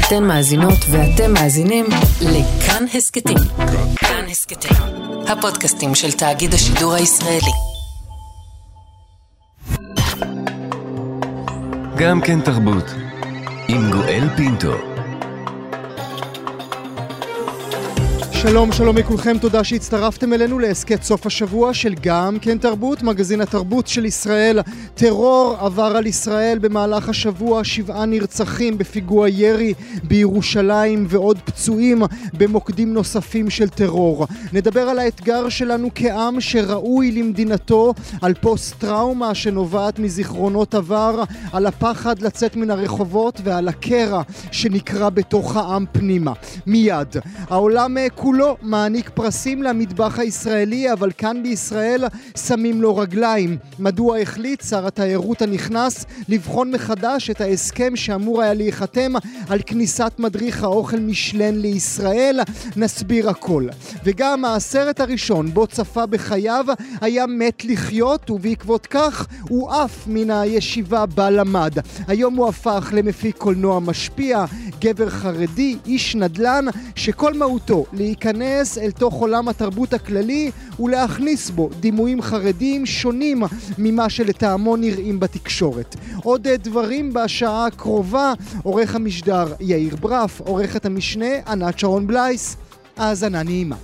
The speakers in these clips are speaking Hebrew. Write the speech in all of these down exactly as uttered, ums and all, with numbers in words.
אתן מאזינות ואתם מאזינים לכאן הסקטים. כאן הסקטים, הפודקאסטים של תאגיד השידור הישראלי. גם כן תרבות, עם גואל פינטו. שלום, שלום לכולכם, תודה שהצטרפתם אלינו להסקט סוף השבוע של גם כן תרבות, מגזין התרבות של ישראל. טרור עבר על ישראל במהלך השבוע, שבעה נרצחים בפיגוע ירי בירושלים ועוד פצועים במוקדים נוספים של טרור. נדבר על האתגר שלנו כעם שראוי למדינתו, על פוסט טראומה שנובעת מזיכרונות עבר, על הפחד לצאת מן הרחובות ועל הקרע שנקרא בתוך העם פנימה. מיד, העולם כולו לא מעניק פרסים למטבח הישראלי, אבל כאן בישראל שמים לו רגליים. מדוע החליט שר התיירות הנכנס לבחון מחדש את ההסכם שאמור היה להיחתם על כניסת מדריך האוכל משלן לישראל? נסביר הכל. וגם הסרט הראשון בו צפה בחייו היה מת לחיות, ובעקבות כך הוא עף מן הישיבה בה למד. היום הוא הפך למפיק קולנוע משפיע, גבר חרדי, איש נדל"ן, שכל מהותו להיכנס להיכנס אל תוך עולם התרבות הכללי ולהכניס בו דימויים חרדיים שונים ממה שלטעמו נראים בתקשורת. עוד דברים בשעה הקרובה, עורך המשדר יאיר ברף, עורכת המשנה ענת שרון בלייס. האזנה נעימה.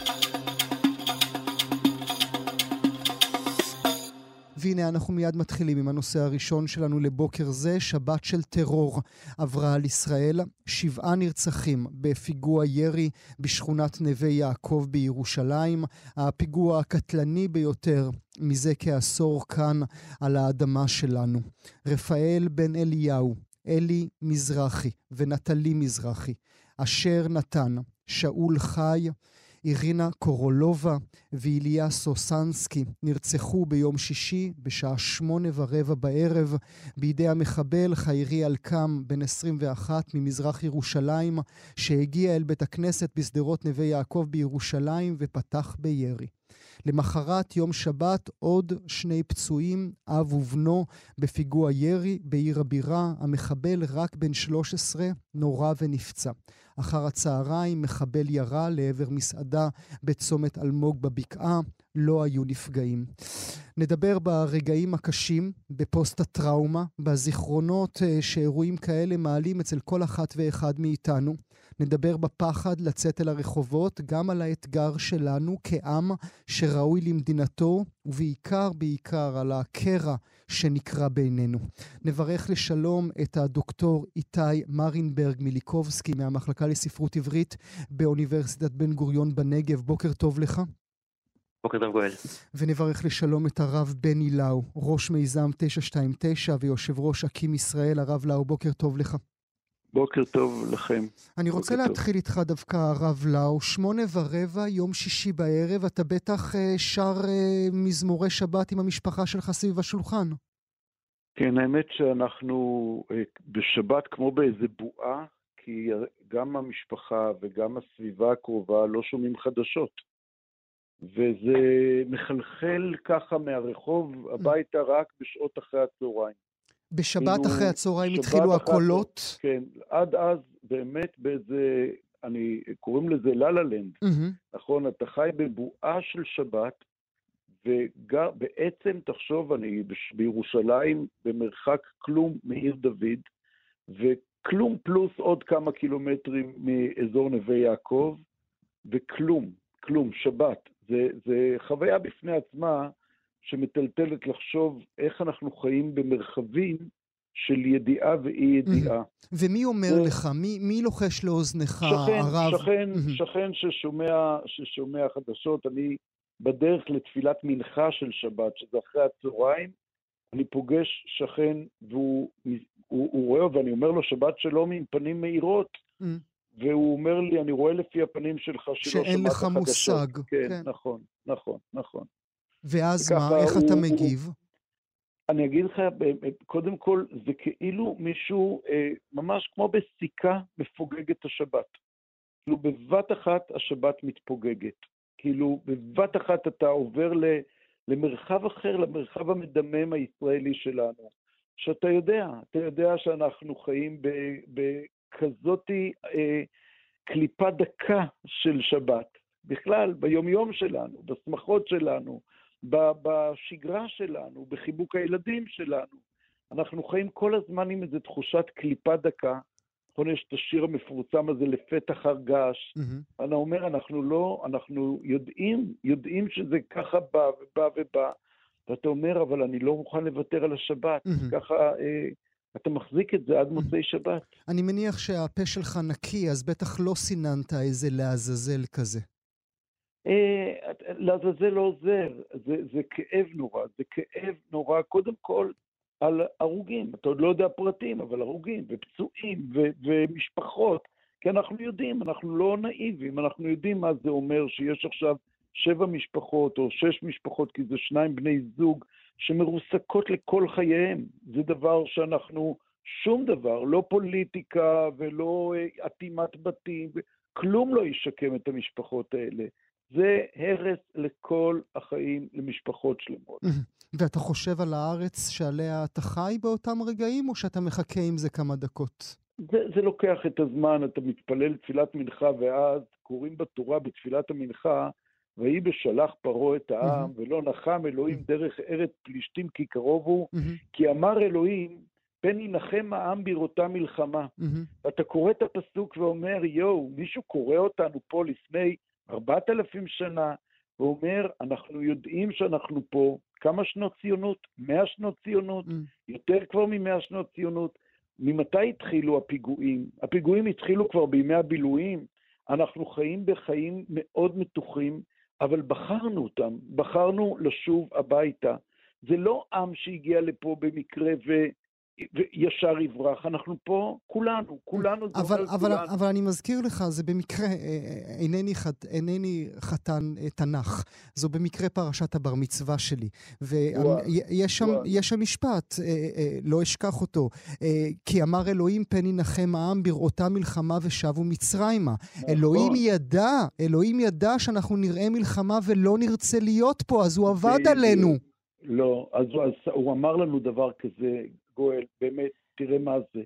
והנה אנחנו מיד מתחילים עם הנושא הראשון שלנו לבוקר זה. שבת של טרור עברה על ישראל, שבעה נרצחים בפיגוע ירי בשכונת נווה יעקב בירושלים, הפיגוע הקטלני ביותר מזה כעשור כאן על האדמה שלנו. רפאל בן אליהו, אלי מזרחי ונטלי מזרחי, אשר נתן, שאול חי, אירינה קורולובה ואיליה סוסנסקי נרצחו ביום שישי בשעה שמונה ורבע בערב בידי המחבל חיירי אלקם בן עשרים ואחת ממזרח ירושלים, שהגיע אל בית הכנסת בשדרות נווה יעקב בירושלים ופתח בירי. למחרת יום שבת עוד שני פצועים, אב ובנו, בפיגוע ירי בעיר הבירה. המחבל רק בן שלוש עשרה נורא ונפצע. אחר הצהריים מחבל ירה לעבר מסעדה בצומת אלמוג בבקעה, לא היו נפגעים. נדבר ברגעים הקשים, בפוסט הטראומה, בזיכרונות שאירועים כאלה מעלים אצל כל אחת ואחד מאיתנו. נדבר בפחד לצאת אל הרחובות, גם על האתגר שלנו כעם שראוי למדינתו, ובעיקר בעיקר על הקרע שנקרא בינינו. נברך לשלום את הדוקטור איתי מרינברג מיליקובסקי מהמחלקה לספרות עברית באוניברסיטת בן גוריון בנגב. בוקר טוב לך. בוקר טוב גואל. ונברך לשלום את הרב בני לאו, ראש מיזם תשע שתיים תשע ויושב ראש אקים ישראל. הרב לאו, בוקר טוב לך. בוקר טוב לכם. אני רוצה להתחיל איתך דווקא, הרב לאו. שמונה ורבע, יום שישי בערב, אתה בטח שר מזמורי שבת עם המשפחה שלך סביב השולחן. כן, האמת שאנחנו בשבת כמו באיזה בועה, כי גם המשפחה וגם הסביבה הקרובה לא שומעים חדשות. וזה מחלחל ככה מהרחוב הביתה רק בשעות אחרי הצהריים. בשבת אחרי הצהריים התחילו הקולות? כן, עד אז באמת באיזה, אני קוראים לזה ללה-לנד, נכון? אתה חי בבועה של שבת, ובעצם תחשוב, אני בירושלים במרחק כלום מעיר דוד, וכלום פלוס עוד כמה קילומטרים מאזור נווה יעקב, וכלום, כלום, שבת. זה, זה חוויה בפני עצמה, שמטלטלת לחשוב איך אנחנו חיים במרחבים של ידיעה ואי ידיעה. ומי אומר לך? מי, מי לוחש לאוזנך, הרב? שכן, שכן ששומע, ששומע חדשות. אני בדרך לתפילת מנחה של שבת, שזה אחרי הצהריים, אני פוגש שכן, והוא הוא, הוא רואה, ואני אומר לו, שבת שלום עם פנים מהירות, והוא אומר לי, אני רואה לפי הפנים שלך שלא שאין לך מושג. כן, כן, נכון, נכון, נכון. ואז מה? איך אתה מגיב? אני אגיד לך, קודם כל, זה כאילו מישהו, ממש כמו בסיכה, מפוגג את השבת. כאילו, בבת אחת השבת מתפוגגת. כאילו, בבת אחת אתה עובר למרחב אחר, למרחב המדמם הישראלי שלנו. שאתה יודע, אתה יודע שאנחנו חיים כזאת אה, קליפה דקה של שבת. בכלל, ביומיום שלנו, בשמחות שלנו, בשגרה שלנו, בחיבוק הילדים שלנו. אנחנו חיים כל הזמן עם איזו תחושת קליפה דקה. נכון, יש את השיר המפורסם הזה, לפתח הרגש. Mm-hmm. אני אומר, אנחנו לא, אנחנו יודעים, יודעים שזה ככה בא ובא ובא. ואתה אומר, אבל אני לא מוכן לוותר על השבת. Mm-hmm. ככה, אה, אתה מחזיק את זה עד מוצאי שבת. אני מניח שהפה שלך נקי, אז בטח לא סיננת איזה לעזאזל כזה. אה, לעזאזל לא עוזר. זה, זה כאב נורא, זה כאב נורא. קודם כל, על הרוגים, אתה עוד לא יודע פרטים, אבל הרוגים ופצועים ו- ומשפחות, כי אנחנו יודעים, אנחנו לא נאיבים, אנחנו יודעים מה זה אומר שיש עכשיו שבע משפחות או שש משפחות, כי זה שניים בני זוג שמרוסקות לכל חייהם. זה דבר שאנחנו, שום דבר, לא פוליטיקה ולא עתימת בתים, כלום לא ישקם את המשפחות האלה. זה הרס לכל החיים למשפחות שלמות. ואתה חושב על הארץ שעליה אתה חי באותם רגעים, או שאתה מחכה עם זה כמה דקות? זה, זה לוקח את הזמן, אתה מתפלל תפילת מנחה, ואז קוראים בתורה בתפילת המנחה, ויהי בשלח פרעה את העם, mm-hmm. ולא נחם אלוהים mm-hmm. דרך ארץ פלישתים כי קרוב הוא, mm-hmm. כי אמר אלוהים, פן ינחם העם בראותה מלחמה. Mm-hmm. ואתה קורא את הפסוק ואומר, יואו, מישהו קורא אותנו פה לפני ארבעת אלפים שנה, ואומר, אנחנו יודעים שאנחנו פה, כמה שנות ציונות? מאה שנות ציונות? Mm. יותר כבר ממאה שנות ציונות. ממתי התחילו הפיגועים? הפיגועים התחילו כבר בימי הבילויים. אנחנו חיים בחיים מאוד מתוחים, אבל בחרנו אותם, בחרנו לשוב הביתה. זה לא עם שהגיע לפה במקרה ו... וישר יברח, אנחנו פה, כולנו, כולנו, אבל, אבל, כולנו. אבל אני מזכיר לך, זה במקרה, אינני, חת, אינני חתן תנ"ך, זו במקרה פרשת הבר מצווה שלי, ויש שם, יש שם משפט, לא אשכח אותו, כי אמר אלוהים פן ינחם העם בראותה מלחמה ושבו מצרימה. נכון. אלוהים ידע, אלוהים ידע שאנחנו נראה מלחמה ולא נרצה להיות פה, אז הוא עבד עלינו. לא, אז, אז הוא אמר לנו דבר כזה, גואל, באמת, תראה מה זה.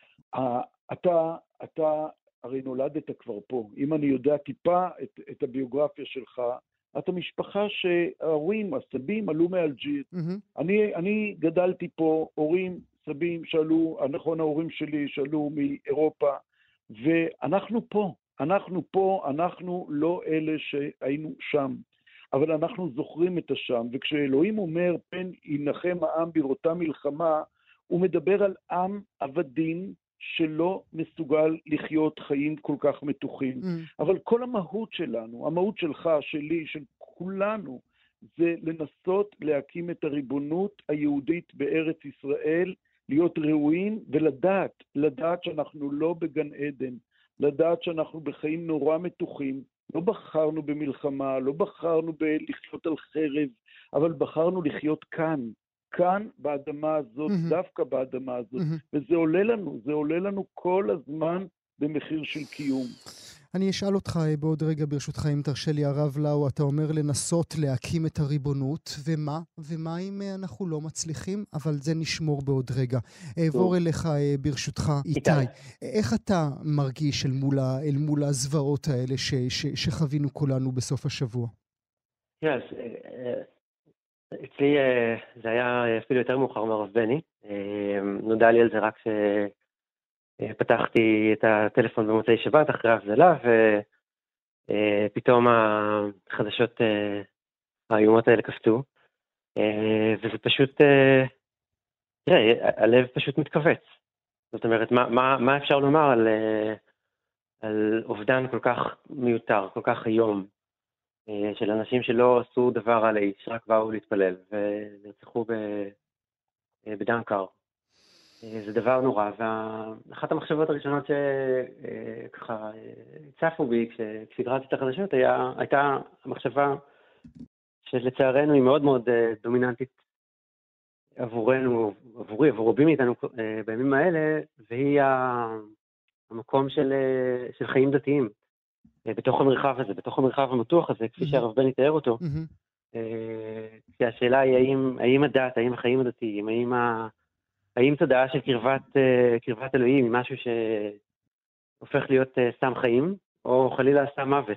אתה, אתה הרי נולדת כבר פה. אם אני יודע טיפה את, את הביוגרפיה שלך, אתה משפחה שההורים, הסבים, עלו מאלג'יר. Mm-hmm. אני, אני גדלתי פה, הורים, סבים שעלו, נכון, ההורים שלי שעלו מאירופה, ואנחנו פה, אנחנו פה, אנחנו לא אלה שהיינו שם. אבל אנחנו זוכרים את השם, וכשאלוהים אומר, פן ינחם העם בראותה מלחמה, הוא מדבר על עם עבדים שלא מסוגל לחיות חיים כל כך מתוחים. Mm. אבל כל המהות שלנו, המהות שלך, שלי, של כולנו, זה לנסות להקים את הריבונות היהודית בארץ ישראל, להיות ראויים ולדעת, לדעת שאנחנו לא בגן עדן, לדעת שאנחנו בחיים נורא מתוחים, לא בחרנו במלחמה, לא בחרנו בלחיות על חרב, אבל בחרנו לחיות כאן, כאן באדמה הזאת, mm-hmm. דווקא באדמה הזאת, mm-hmm. וזה עולה לנו, זה עולה לנו כל הזמן במחיר של קיום. אני אשאל אותך בעוד רגע ברשותך, אם תרשה לי הרב לאו, אתה אומר לנסות להקים את הריבונות, ומה? ומה אם אנחנו לא מצליחים? אבל זה נשמור בעוד רגע. אעבור אליך ברשותך, איתי. איך אתה מרגיש אל מול, אל מול הזוועות האלה ש, ש, שחווינו כולנו בסוף השבוע? כן, yes, אצלי זה היה אפילו יותר מאוחר מהרב בני. נודע לי על זה רק ש... פתחתי את הטלפון במוצאי שבת אחרי ההבדלה, ופתאום החדשות האיומות האלה קפצו, וזה פשוט, תראה, הלב פשוט מתכווץ. זאת אומרת, מה, מה, מה אפשר לומר על, על אובדן כל כך מיותר, כל כך היום, של אנשים שלא עשו דבר על האיש, רק באו להתפלל, ונרצחו בדם קר. זה דבר נורא, ואחת המחשבות הראשונות שככה צפו בי כשקראתי את החדשות היה, הייתה המחשבה שלצערנו היא מאוד מאוד דומיננטית עבורנו, עבורי, עבור רבים מאיתנו בימים האלה, והיא המקום של, של חיים דתיים בתוך המרחב הזה, בתוך המרחב המתוח הזה, כפי שהרב בני תיאר אותו. כי השאלה היא האם, האם הדת, האם החיים הדתיים, האם ה... האם תודעה של קרבת, קרבת אלוהים היא משהו ש, הופך להיות סם חיים, או חלילה סם מוות.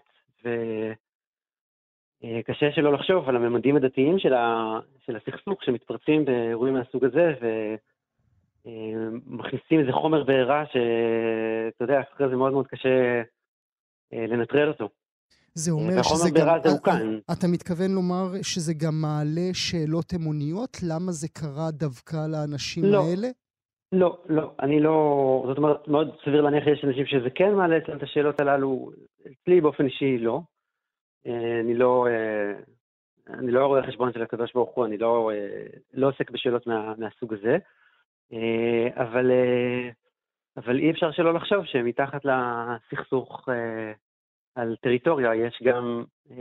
וקשה שלא לחשוב על הממדים הדתיים של, ה... של הסכסוך שמתפרצים באירועים מהסוג הזה, ומכניסים איזה חומר בעירה שאתה יודע, אחרי זה מאוד מאוד קשה לנטרל אותו. זה אומר שזה גם... זה אתה מתכוון לומר שזה גם מעלה שאלות אמוניות? למה זה קרה דווקא לאנשים לא. האלה? לא, לא, אני לא, זאת אומרת, מאוד סביר להניח שיש אנשים שזה כן מעלה את השאלות הללו, אצלי באופן אישי לא. אני לא, אני לא רואה חשבון של הקדוש ברוך הוא, אני לא, לא עוסק בשאלות מה, מהסוג הזה, אבל, אבל אי אפשר שלא לחשוב שמתחת לסכסוך על טריטוריה יש גם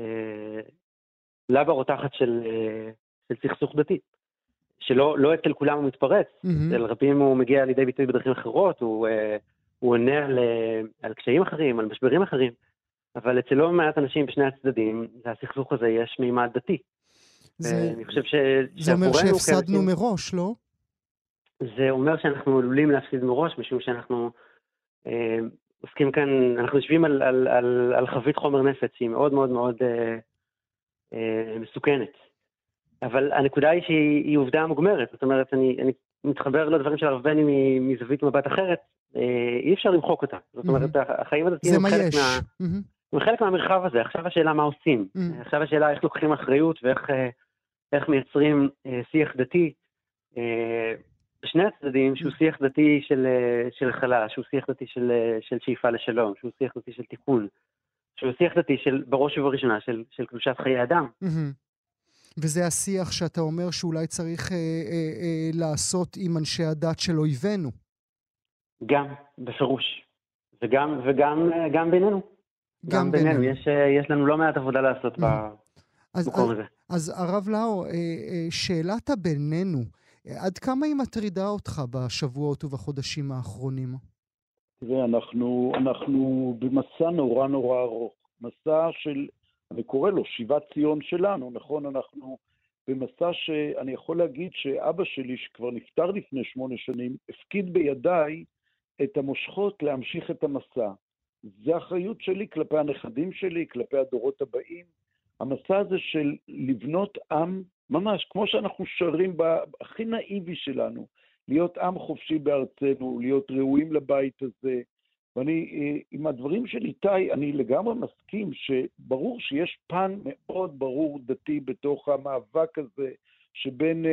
לבה רותחת של, של סכסוך דתי. שלא לא אצל כולם הוא מתפרץ, mm-hmm. אצל רבים הוא מגיע לידי ביטוי בדרכים אחרות, הוא, הוא עונה על, על קשיים אחרים, על משברים אחרים, אבל אצל לא מעט אנשים בשני הצדדים, לסכסוך הזה יש מימד דתי. זה, אני חושב ש... זה אומר שהפסדנו כאנשים, מראש, לא? זה אומר שאנחנו עלולים להפסיד מראש, משום שאנחנו אה, עוסקים כאן, אנחנו יושבים על, על, על, על חבית חומר נפץ, שהיא מאוד מאוד מאוד אה, אה, מסוכנת. אבל הנקודה היא שהיא עובדה מוגמרת, זאת אומרת, אני, אני מתחבר לדברים של הרב בני מזווית מבט אחרת, אי אפשר למחוק אותה. זאת אומרת, החיים הדתיים הם חלק, מה, הם חלק מהמרחב הזה. עכשיו השאלה מה עושים. עכשיו השאלה איך לוקחים אחריות ואיך איך מייצרים שיח דתי בשני הצדדים, שהוא שיח דתי של, של חלה, שהוא שיח דתי של, של שאיפה לשלום, שהוא שיח דתי של תיקון, שהוא שיח דתי של, בראש ובראשונה של, של קדושת חיי אדם. וזה השיח שאתה אומר שאולי צריך אה, אה, אה, לעשות עם אנשי הדת של אויבינו. גם, בפירוש. וגם, וגם גם בינינו. גם, גם בינינו. בינינו. יש, יש לנו לא מעט עבודה לעשות אז, במקום אז, הזה. אז הרב לאו, אה, אה, שאלת בינינו, עד כמה היא מטרידה אותך בשבועות ובחודשים האחרונים? תראה, אנחנו, אנחנו במסע נורא נורא ארוך. מסע של... אני קורא לו שיבת ציון שלנו, נכון? אנחנו במסע שאני יכול להגיד שאבא שלי, שכבר נפטר לפני שמונה שנים, הפקיד בידיי את המושכות להמשיך את המסע. זה האחריות שלי כלפי הנכדים שלי, כלפי הדורות הבאים. המסע הזה של לבנות עם, ממש, כמו שאנחנו שרים בהכי נאיבי שלנו, להיות עם חופשי בארצנו, להיות ראויים לבית הזה, ואני, עם הדברים של איתי, אני לגמרי מסכים שברור שיש פן מאוד ברור דתי בתוך המאבק הזה, שבין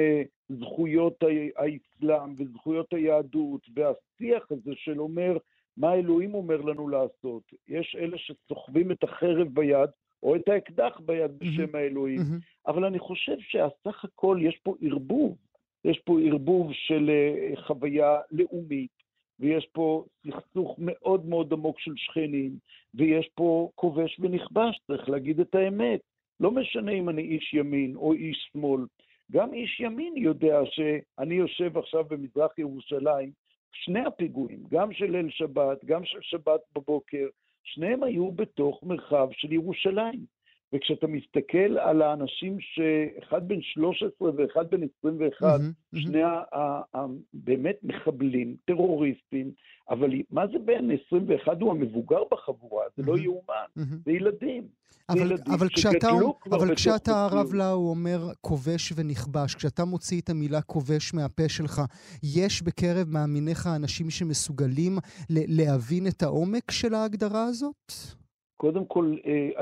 זכויות האסלאם וזכויות היהדות, והשיח הזה של אומר, מה האלוהים אומר לנו לעשות. יש אלה שסוחבים את החרב ביד, או את האקדח ביד בשם האלוהים. אבל אני חושב שהסך הכל יש פה ערבוב. יש פה ערבוב של חוויה לאומית, ויש פה סכסוך מאוד מאוד עמוק של שכנים, ויש פה כובש ונכבש, צריך להגיד את האמת. לא משנה אם אני איש ימין או איש שמאל. גם איש ימין יודע שאני יושב עכשיו במזרח ירושלים, שני הפיגועים, גם של ליל שבת, גם של שבת בבוקר, שניהם היו בתוך מרחב של ירושלים. וכשאתה מסתכל על האנשים שאחד בן שלוש עשרה ואחד בן עשרים ואחת, mm-hmm, שני mm-hmm. הבאמת מחבלים, טרוריסטים, אבל מה זה בן עשרים ואחת? הוא המבוגר בחבורה, זה mm-hmm. לא יאומן, mm-hmm. זה ילדים. אבל, זה ילדים אבל כשאתה, אבל כשאתה הרב מציאות. לאו אומר כובש ונכבש, כשאתה מוציא את המילה כובש מהפה שלך, יש בקרב מאמיניך אנשים שמסוגלים להבין את העומק של ההגדרה הזאת? קודם כל,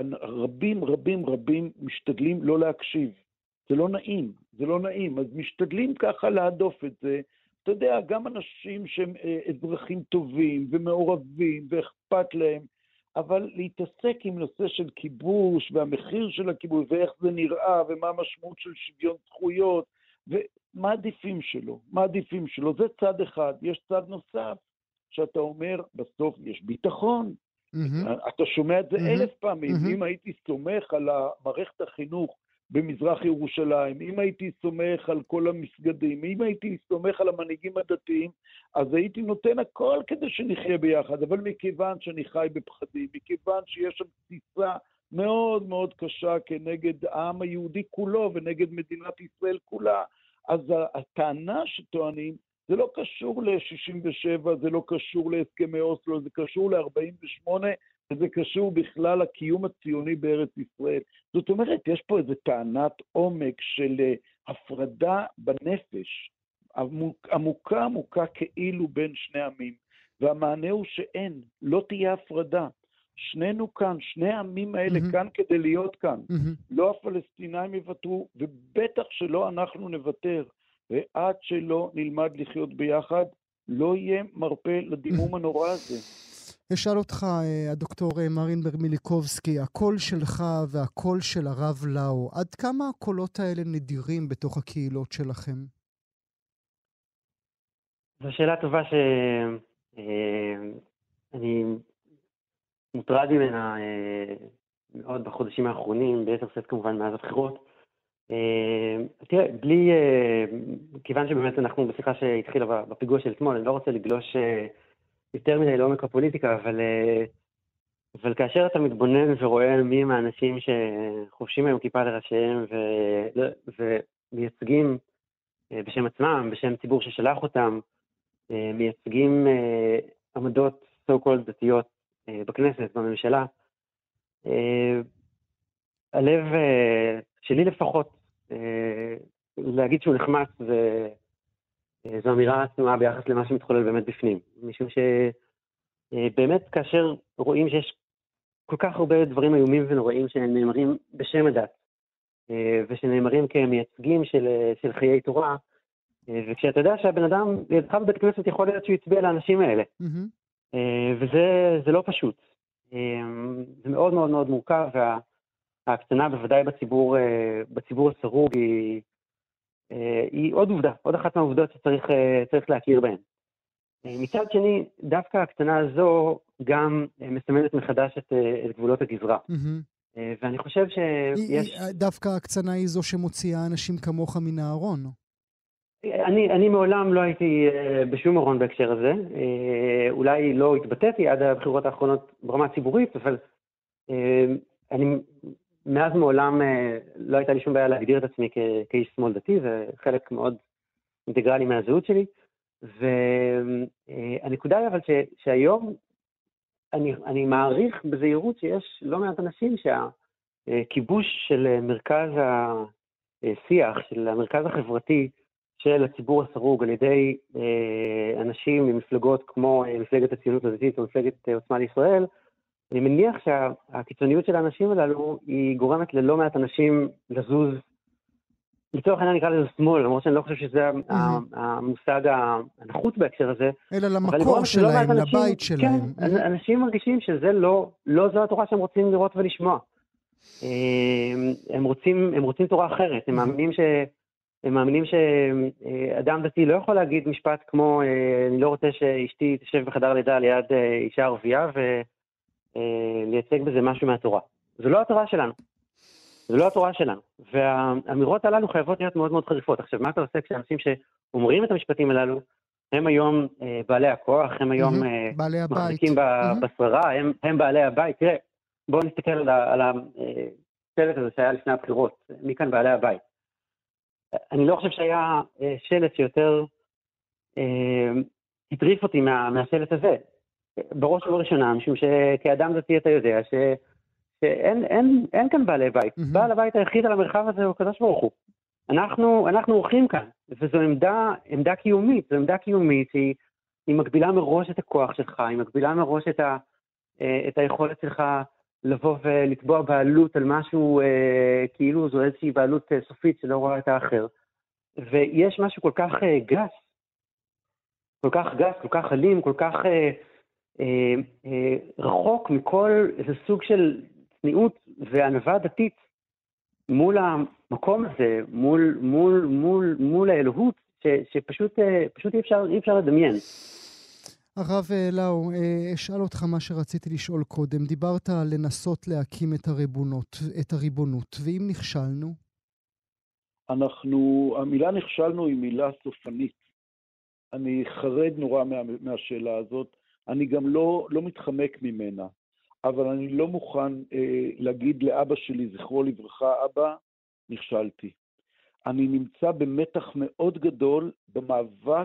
רבים, רבים, רבים משתדלים לא להקשיב. זה לא נעים, זה לא נעים. אז משתדלים ככה להדוף את זה. אתה יודע, גם אנשים שהם אזרחים טובים ומעורבים ואכפת להם, אבל להתעסק עם נושא של כיבוש והמחיר של הכיבוש ואיך זה נראה ומה המשמעות של שוויון זכויות ומה עדיפים שלו, מה עדיפים שלו. זה צד אחד. יש צד נוסף שאתה אומר, בסוף יש ביטחון. Mm-hmm. אתה שומע את זה mm-hmm. אלף פעמים. Mm-hmm. אם הייתי סומך על מערכת החינוך במזרח ירושלים, אם הייתי סומך על כל המסגדים, אם הייתי סומך על המנהיגים הדתיים, אז הייתי נותן הכל כדי שנחיה ביחד. אבל מכיוון שאני חי בפחדים, מכיוון שיש שם תסיסה מאוד מאוד קשה כנגד העם היהודי כולו ונגד מדינת ישראל כולה, אז הטענה שטוענים זה לא קשור ל-שישים ושבע, זה לא קשור להסכמי אוסלו, זה קשור ל-ארבעים ושמונה, וזה קשור בכלל לקיום הציוני בארץ ישראל. זאת אומרת, יש פה איזו טענת עומק של הפרדה בנפש, עמוקה עמוקה כאילו בין שני עמים, והמענה הוא שאין, לא תהיה הפרדה. שנינו כאן, שני העמים האלה mm-hmm. כאן כדי להיות כאן. Mm-hmm. לא הפלסטינאים יוותרו, ובטח שלא אנחנו נוותר. ועד שלא נלמד לחיות ביחד, לא יהיה מרפא לדימום הנורא הזה. אשאל אותך, הדוקטור מרין מיליקובסקי, הקול שלך והקול של הרב לאו, עד כמה הקולות האלה נדירים בתוך הקהילות שלכם? זו שאלה טובה שאני מוטרד ממנה מאוד בחודשים האחרונים, ביתר שאת כמובן מאז הבחירות. תראה, בלי, כיוון שבאמת אנחנו בשיחה שהתחילה בפיגוע של אתמול, אני לא רוצה לגלוש יותר מדי לעומק הפוליטיקה, אבל, אבל כאשר אתה מתבונן ורואה מי הם האנשים שחובשים היום כיפה לראשיהם ו, ומייצגים בשם עצמם, בשם ציבור ששלח אותם, מייצגים עמדות so-called דתיות בכנסת, בממשלה, הלב שלי לפחות, להגיד שהוא נחמץ, זו אמירה צנועה ביחס למה שמתחולל באמת בפנים. משום שבאמת כאשר רואים שיש כל כך הרבה דברים איומים ונוראים שנאמרים בשם הדת, ושנאמרים כמייצגים של, של חיי תורה, וכשאתה יודע שהבן אדם, לידך בבית כנסת יכול להיות שהוא יצביע לאנשים האלה. Mm-hmm. וזה זה לא פשוט. זה מאוד מאוד מאוד מורכב, וה... ההקצנה בוודאי בציבור, בציבור הסרוג היא, היא עוד עובדה, עוד אחת מהעובדות שצריך צריך להכיר בהן. מצד שני, דווקא ההקצנה הזו גם מסמנת מחדש את, את גבולות הגזרה. Mm-hmm. ואני חושב שיש... דווקא ההקצנה היא זו שמוציאה אנשים כמוך מן הארון. אני, אני מעולם לא הייתי בשום ארון בהקשר הזה. אולי לא התבטאתי עד הבחירות האחרונות ברמה הציבורית, אבל אני... מאז מעולם לא הייתה לי שום בעיה להגדיר את עצמי כאיש שמאל דתי, זה חלק מאוד אינטגרלי מהזהות שלי, והנקודה היא אבל ש, שהיום אני, אני מעריך בזהירות שיש לא מעט אנשים שהכיבוש של מרכז השיח, של המרכז החברתי של הציבור הסרוג על ידי אנשים ממפלגות כמו מפלגת הציונות הדתית או מפלגת עוצמה לישראל, אני מניח שהקיצוניות של האנשים הללו היא גורמת ללא מעט אנשים לזוז, לצורך העניין נקרא לזה שמאל, למרות שאני לא חושב שזה המושג הנחות בהקשר הזה. אלא למקור שלהם, לבית שלהם. כן, אנשים מרגישים שזה לא, לא זו התורה שהם רוצים לראות ולשמוע. הם רוצים, הם רוצים תורה אחרת, הם מאמינים ש... הם מאמינים שאדם דתי לא יכול להגיד משפט כמו, אני לא רוצה שאשתי תשב בחדר לידה ליד אישה ערבייה ו... לייצג בזה משהו מהתורה. זו לא התורה שלנו. זו לא התורה שלנו. והאמירות הללו חייבות להיות מאוד מאוד חריפות. עכשיו, מה אתה עושה כשאנשים שאומרים את המשפטים הללו, הם היום בעלי הכוח, הם היום מחזיקים בשררה, הם, הם בעלי הבית. תראה, בואו נסתכל על, על השלט הזה שהיה לפני הבחירות. מי כאן בעלי הבית? אני לא חושב שהיה שלט שיותר הטריף אותי מה, מהשלט הזה. בראש ובראשונה, משום שכאדם דתי אתה יודע ש... שאין אין, אין כאן בעלי בית. Mm-hmm. בעל הבית היחיד על המרחב הזה הוא הקדוש ברוך הוא. אנחנו, אנחנו אורחים כאן, וזו עמדה, עמדה קיומית, זו עמדה קיומית, היא, היא מגבילה מראש את הכוח שלך, היא מגבילה מראש את, ה, את היכולת שלך לבוא ולתבוע בעלות על משהו, כאילו זו איזושהי בעלות סופית שלא רואה את האחר. ויש משהו כל כך גס, כל כך גס, כל כך אלים, כל כך... אה, אה, רחוק מכל איזה סוג של צניעות וענווה דתית מול המקום הזה, מול, מול, מול, מול האלוהות, ש, שפשוט פשוט אי אפשר, אי אפשר לדמיין. הרב לאו, אשאל אותך מה שרציתי לשאול קודם. דיברת על לנסות להקים את הריבונות, את הריבונות, ואם נכשלנו? אנחנו, המילה נכשלנו היא מילה סופנית. אני חרד נורא מה, מהשאלה הזאת. אני גם לא, לא מתחמק ממנה, אבל אני לא מוכן אה, להגיד לאבא שלי, זכרו לברכה, אבא, נכשלתי. אני נמצא במתח מאוד גדול במאבק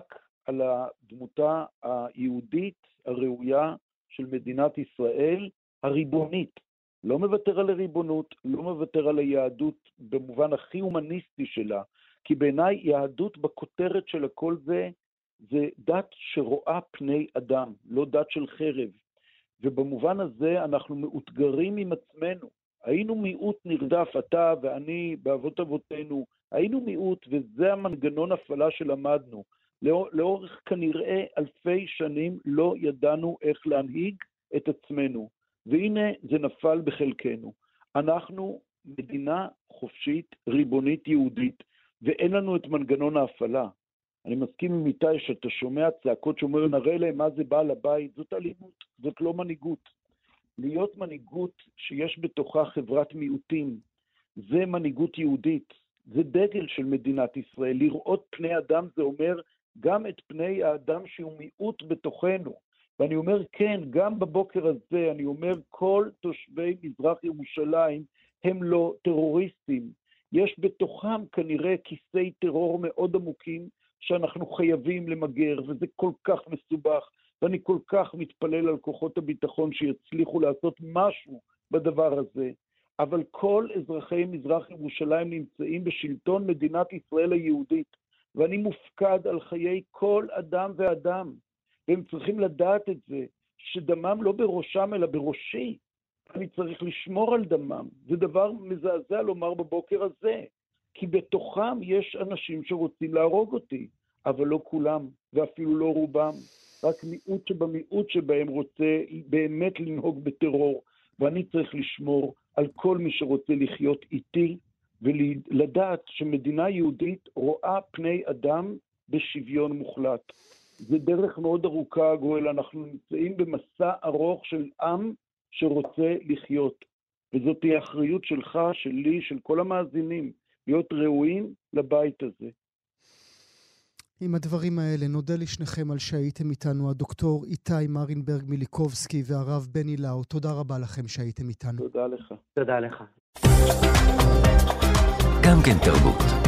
על הדמותה היהודית הראויה של מדינת ישראל הריבונית. לא מוותר על הריבונות, לא מוותר על היהדות במובן הכי הומניסטי שלה, כי בעיניי יהדות בכותרת של הכל זה, זה דת שרואה פני אדם, לא דת של חרב. ובמובן הזה אנחנו מאותגרים עם עצמנו. היינו מיעוט נרדף, אתה ואני, באבות אבותינו, היינו מיעוט, וזה המנגנון הפעלה שלמדנו. לאור, לאורך כנראה אלפי שנים לא ידענו איך להנהיג את עצמנו. והנה זה נפל בחלקנו. אנחנו מדינה חופשית, ריבונית יהודית, ואין לנו את מנגנון ההפעלה. אני מסכים עם איתי שאתה שומע צעקות שאומר, נראה להם מה זה בעל הבית, זאת אלימות, זאת לא מנהיגות. להיות מנהיגות שיש בתוכה חברת מיעוטים, זה מנהיגות יהודית, זה דגל של מדינת ישראל. לראות פני אדם זה אומר גם את פני האדם שהוא מיעוט בתוכנו. ואני אומר כן, גם בבוקר הזה, אני אומר כל תושבי מזרח ירושלים הם לא טרוריסטים. יש בתוכם כנראה כיסי טרור מאוד עמוקים שאנחנו חייבים למגר, וזה כל כך מסובך, ואני כל כך מתפלל על כוחות הביטחון שיצליחו לעשות משהו בדבר הזה. אבל כל אזרחי מזרח ירושלים נמצאים בשלטון מדינת ישראל היהודית, ואני מופקד על חיי כל אדם ואדם, והם צריכים לדעת את זה, שדמם לא בראשם אלא בראשי. אני צריך לשמור על דמם. זה דבר מזעזע לומר בבוקר הזה, כי בתוכם יש אנשים שרוצים להרוג אותי, אבל לא כולם, ואפילו לא רובם. רק מיעוט שבמיעוט שבהם רוצה באמת לנהוג בטרור, ואני צריך לשמור על כל מי שרוצה לחיות איתי, ולדעת שמדינה יהודית רואה פני אדם בשוויון מוחלט. זה דרך מאוד ארוכה, גואל, אנחנו נמצאים במסע ארוך של עם שרוצה לחיות. וזאת תהיה אחריות שלך, שלי, של כל המאזינים, להיות ראויים לבית הזה. עם הדברים האלה נודה לשניכם על שהייתם איתנו, הדוקטור איתי מרינברג מיליקובסקי והרב בני לאו. תודה רבה לכם שהייתם איתנו. תודה לך. תודה לך. גם כן תרבות.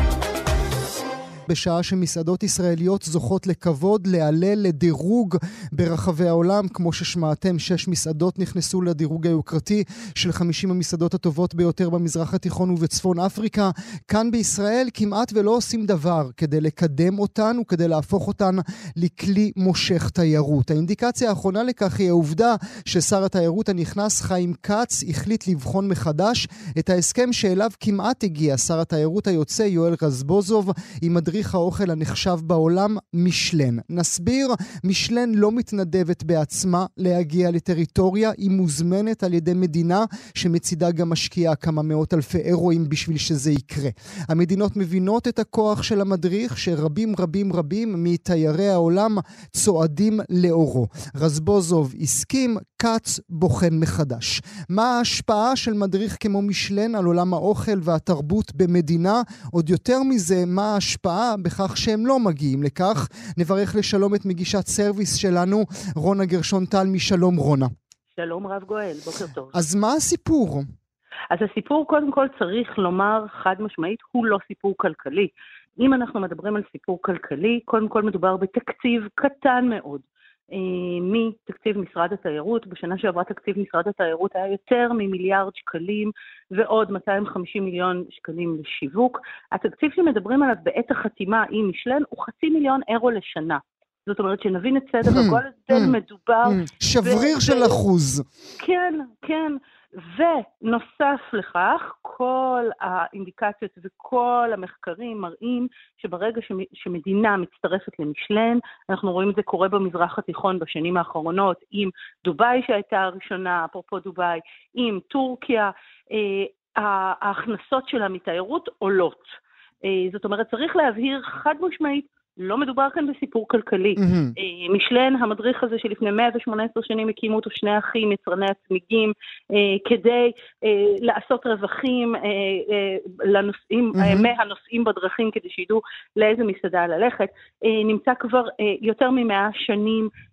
בשעה שמסעדות ישראליות זוכות לכבוד, להלל, לדירוג ברחבי העולם, כמו ששמעתם, שש מסעדות נכנסו לדירוג היוקרתי של חמישים המסעדות הטובות ביותר במזרח התיכון ובצפון אפריקה. כאן בישראל כמעט ולא עושים דבר כדי לקדם אותן וכדי להפוך אותן לכלי מושך תיירות. האינדיקציה האחרונה לכך היא העובדה ששר התיירות הנכנס חיים כץ החליט לבחון מחדש את ההסכם שאליו כמעט הגיע שר התיירות היוצא יואל רזבוזוב עם מדריך האוכל הנחשב בעולם משלן. נסביר, משלן לא מתנדבת בעצמה להגיע לטריטוריה, היא מוזמנת על ידי מדינה שמצידה גם משקיעה כמה מאות אלפי אירואים בשביל שזה יקרה. המדינות מבינות את הכוח של המדריך שרבים רבים רבים מתיירי העולם צועדים לאורו. רזבוזוב הסכים, כץ בוחן מחדש. מה ההשפעה של מדריך כמו משלן על עולם האוכל והתרבות במדינה? עוד יותר מזה, מה ההשפעה בכך שהם לא מגיעים לכך? נברך לשלום את מגישת סרוויס שלנו, רונה גרשון טל משלום רונה. שלום רב גואל, בוקר טוב. אז מה הסיפור? אז הסיפור קודם כל צריך לומר חד משמעית, הוא לא סיפור כלכלי. אם אנחנו מדברים על סיפור כלכלי, קודם כל מדובר בתקציב קטן מאוד. מתקציב משרד התיירות, בשנה שעברה תקציב משרד התיירות היה יותר ממיליארד שקלים ועוד מאתיים וחמישים מיליון שקלים לשיווק. התקציב שמדברים עליו בעת החתימה עם משלן הוא חצי מיליון אירו לשנה. זאת אומרת שנבין את סדר הגודל, זה מדובר שבריר של אחוז. כן, כן. ונוסף לכך, כל האינדיקציות וכל המחקרים מראים שברגע שמדינה מצטרפת למשלן, אנחנו רואים את זה קורה במזרח התיכון בשנים האחרונות, עם דוביי שהייתה הראשונה, אפרופו דוביי, עם טורקיה, ההכנסות שלה מתיירות עולות. זאת אומרת, צריך להבהיר חד משמעית, לא מדובר כאן בסיפור כלכלי. Mm-hmm. משלן, המדריך הזה שלפני מאה ושמונה עשרה שנים הקימו אותו שני אחים, יצרני הצמיגים, כדי לעשות רווחים לנוסעים, mm-hmm. מהנוסעים בדרכים, כדי שידעו לאיזה מסעדה ללכת. נמצא כבר יותר ממאה שנים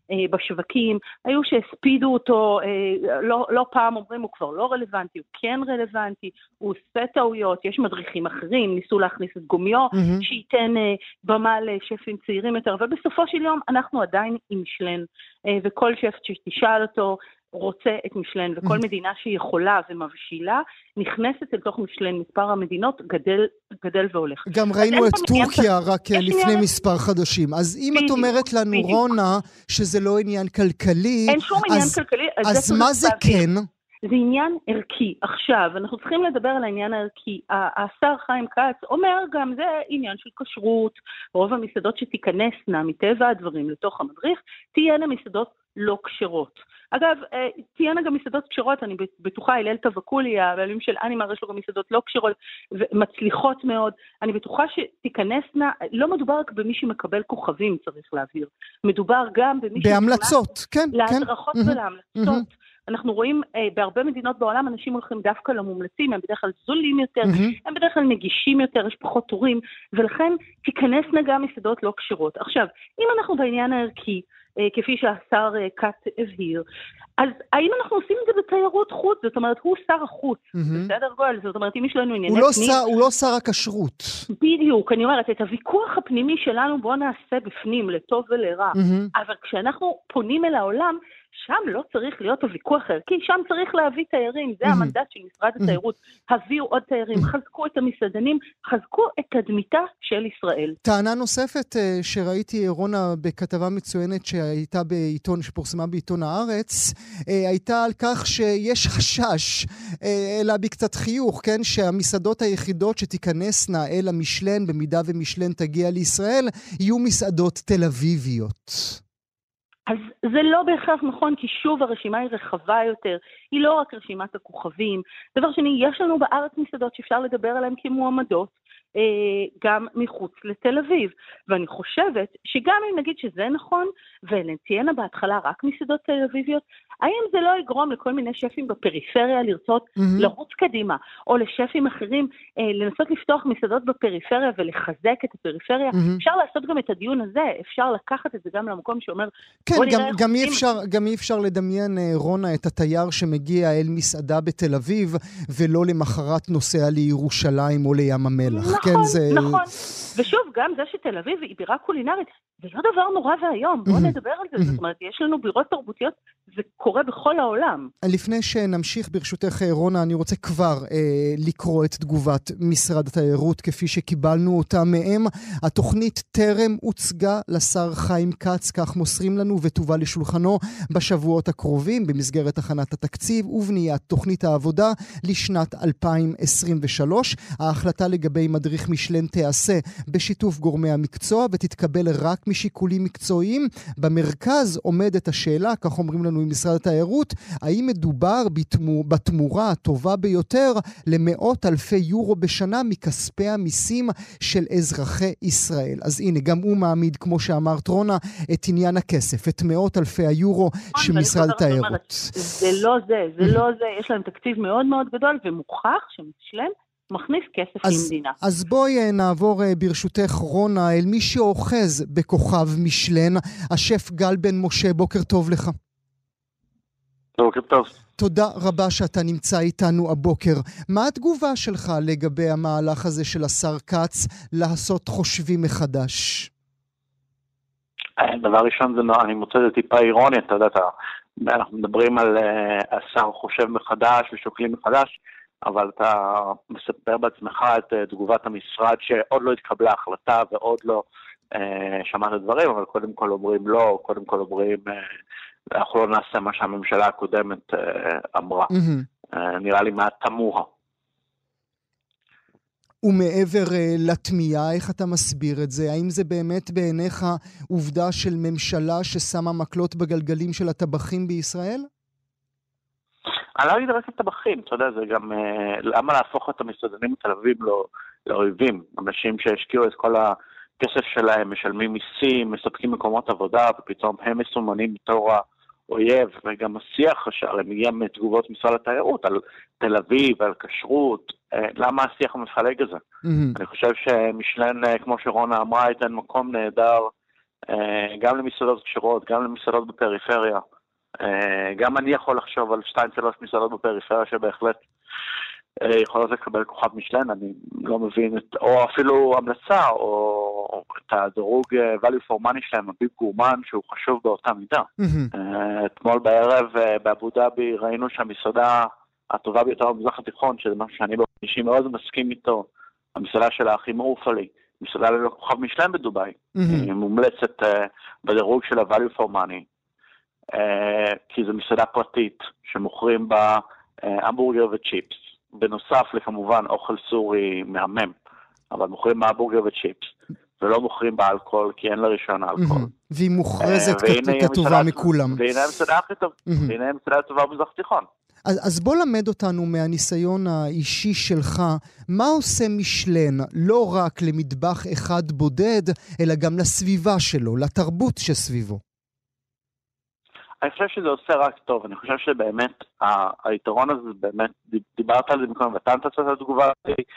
בשווקים, היו שהספידו אותו, לא, לא פעם אומרים הוא כבר לא רלוונטי, הוא כן רלוונטי, הוא עושה טעויות, יש מדריכים אחרים, ניסו להכניס את גומיו, mm-hmm. שייתן במה לשפים צעירים יותר, אבל בסופו של יום אנחנו עדיין עם משלן, וכל שף שתשאל אותו, רוצה את משלן, וכל מדינה שיכולה ומבשילה, נכנסת אל תוך משלן. מספר המדינות גדל, גדל והולך. גם ראינו את טורקיה רק לפני מספר חדשים. אז אם את אומרת לנו, רונה, שזה לא עניין כלכלי, אין שום עניין כלכלי. אז מה זה כן? זה עניין ערכי. עכשיו, אנחנו צריכים לדבר על העניין הערכי. השר חיים כץ אומר גם, זה עניין של כשרות, רוב המסעדות שתיכנסנה מטבע הדברים לתוך המדריך, תהיינה מסעדות לא כשרות. אגב, תהיינה גם מסעדות כשרות, אני בטוחה, הלל תבקולי, הבעלים של אנימר, יש לו גם מסעדות לא כשרות, ומצליחות מאוד. אני בטוחה שתיכנסנה, לא מדובר רק במי שמקבל כוכבים, צריך להעביר. מדובר גם במי בהמלצות, כן, כן. להדרכות ולהמלצות. אנחנו רואים אה, בהרבה מדינות בעולם, אנשים הולכים דווקא למומלצים, הם בדרך כלל זולים יותר, mm-hmm. הם בדרך כלל נגישים יותר, יש פחות תורים, ולכן תיכנסנה גם מסעדות לא כשרות. עכשיו, אם אנחנו בעניין הערכי, אה, כפי שהשר אה, כץ הבהיר, אז האם אנחנו עושים את זה בתיירות חוץ? זאת אומרת, הוא שר החוץ, mm-hmm. בסדר גול, זאת אומרת, אם יש לנו ענייני הוא פנים... לא שר, הוא לא שר הכשרות. בדיוק, אני אומרת, את הוויכוח הפנימי שלנו בוא נעשה בפנים, לטוב ולרע, mm-hmm. אבל כשאנחנו פונים אל העולם, שם לא צריך להיות הוויכוח ערכי, שם צריך להביא תיירים, זה המנדט של משרד התיירות, הביאו עוד תיירים, חזקו את המסעדנים, חזקו את תדמיתה של ישראל. טענה נוספת שראיתי, רונה, בכתבה מצוינת שהייתה בעיתון, שפורסמה בעיתון הארץ, הייתה על כך שיש חשש, אלא בקצת חיוך, כן, שהמסעדות היחידות שתיכנסנה אל המשלן, במידה ומשלן תגיע לישראל, יהיו מסעדות תל אביביות. אז זה לא בהכרח נכון, כי שוב הרשימה היא רחבה יותר, היא לא רק רשימת הכוכבים. דבר שני, יש לנו בארץ מסעדות שאפשר לדבר עליהן כמועמדות, גם מחוץ לתל אביב. ואני חושבת שגם אם נגיד שזה נכון, ונתיינה בהתחלה רק מסעדות תל אביביות, האם זה לא יגרום לכל מיני שפים בפריפריה לרצות mm-hmm. לרוץ קדימה, או לשפים אחרים לנסות לפתוח מסעדות בפריפריה ולחזק את הפריפריה? Mm-hmm. אפשר לעשות גם את הדיון הזה, אפשר לקחת את זה גם למקום שאומר... כן, גם, גם, אי אפשר, גם אי אפשר לדמיין, רונה, את התייר שמגיע אל מסעדה בתל אביב, ולא למחרת נוסע לירושלים או לים המלח. נכון, כן, זה... נכון. ושוב, גם זה שתל אביב היא בירה קולינרית, זה לא דבר נורא והיום, בואו נדבר על זה. זאת אומרת, יש לנו בירות תרבותיות, זה קורה בכל העולם. לפני שנמשיך ברשותך, רונה, אני רוצה כבר אה, לקרוא את תגובת משרד התיירות, כפי שקיבלנו אותה מהם. התוכנית טרם הוצגה לשר חיים כץ, כך מוסרים לנו, ותובא לשולחנו בשבועות הקרובים, במסגרת הכנת התקציב ובניית תוכנית העבודה לשנת אלפיים עשרים ושלוש. ההחלטה לגבי מדריך משלן תעשה בשיתוף גורמי המקצוע, ותתקבל רק משיקולים מקצועיים. במרכז עומדת השאלה, כך אומרים לנו ממשרד התיירות, האם מדובר בתמור, בתמורה הטובה ביותר למאות אלפי יורו בשנה מכספי המיסים של אזרחי ישראל. אז הנה, גם הוא מעמיד, כמו שאמרת רונה, את עניין הכסף, את מאות אלפי היורו של משרד התיירות. זה לא זה, זה לא זה, יש להם תקציב מאוד מאוד גדול, ומוכח שמשלם מכניס כסף אז, למדינה. אז בואי נעבור ברשותך, רונה, אל מי שאוחז בכוכב משלן, השף גל בן משה, בוקר טוב לך. בוקר טוב. תודה רבה שאתה נמצא איתנו הבוקר. מה התגובה שלך לגבי המהלך הזה של השר כץ לעשות חושבים מחדש? דבר ראשון, זה נורא, אני מוצא את זה טיפה אירוני, אתה יודע, אנחנו מדברים על השר חושב מחדש ושוקלים מחדש, אבל אתה מספר בעצמך את תגובת המשרד שעוד לא התקבלה החלטה ועוד לא אה, שמעת דברים, אבל קודם כל אומרים לא, קודם כל אומרים אה, אנחנו לא נעשה מה שהממשלה הקודמת אה, אמרה. Mm-hmm. אה, נראה לי מה תמוה. ומעבר uh, לתמיעה, איך אתה מסביר את זה? האם זה באמת בעיניך עובדה של ממשלה ששמה מקלות בגלגלים של הטבחים בישראל? אני לא אגיד רק הטבחים, אתה יודע, זה גם, uh, למה להפוך את המסעדנים בתל אביב לא, לאויבים? אנשים שהשקיעו את כל הכסף שלהם, משלמים מיסים, מספקים מקומות עבודה, ופתאום הם מסומנים בתור האויב, וגם השיח שהרי מגיע מתגובות משרד התיירות על תל אביב, על כשרות, למה השיח המפלג הזה? Mm-hmm. אני חושב שמשלן, כמו שרונה אמרה, ייתן מקום נהדר גם למסעדות קשרות, גם למסעדות בפריפריה. גם אני יכול לחשוב על שתיים שלוש מסעדות בפריפריה שבהחלט יכולות לקבל כוכב משלן, אני לא מבין, או אפילו המלצה, או את הדירוג value for money שלהם, הביב גורמן, שהוא חשוב באותה מידה. אתמול בערב באבו דאבי ראינו שהמסעדה הטובה ביותר במזרח התיכון, שזה משהו שאני באופן אישי מאוד מסכים איתו, המסעדה של האחים מעופלי, מסעדה ללא כוכב משלן בדוביי, היא מומלצת בדירוג של ה-value for money, כי זו מסעדה פרטית שמוכרים בה המבורגר וצ'יפס, בנוסף לכמובן אוכל סורי מהמם, אבל מוכרים מהמבורגר וצ'יפס, ולא מוכרים באלכוהול, כי אין לה רישיון האלכוהול. והיא מוכרזת כטובה מכולם. והנה המסעדה הכי טוב, והנה המסעדה הטובה במזרח התיכון. אז בוא למד אותנו מהניסיון האישי שלך, מה עושה משלן לא רק למטבח אחד בודד, אלא גם לסביבה שלו, לתרבות שסביבו? אני חושב שזה עושה רק טוב, אני חושב שבאמת היתרון הזה, באמת, דיברת על זה מקודם, ואתה נתת את התגובה,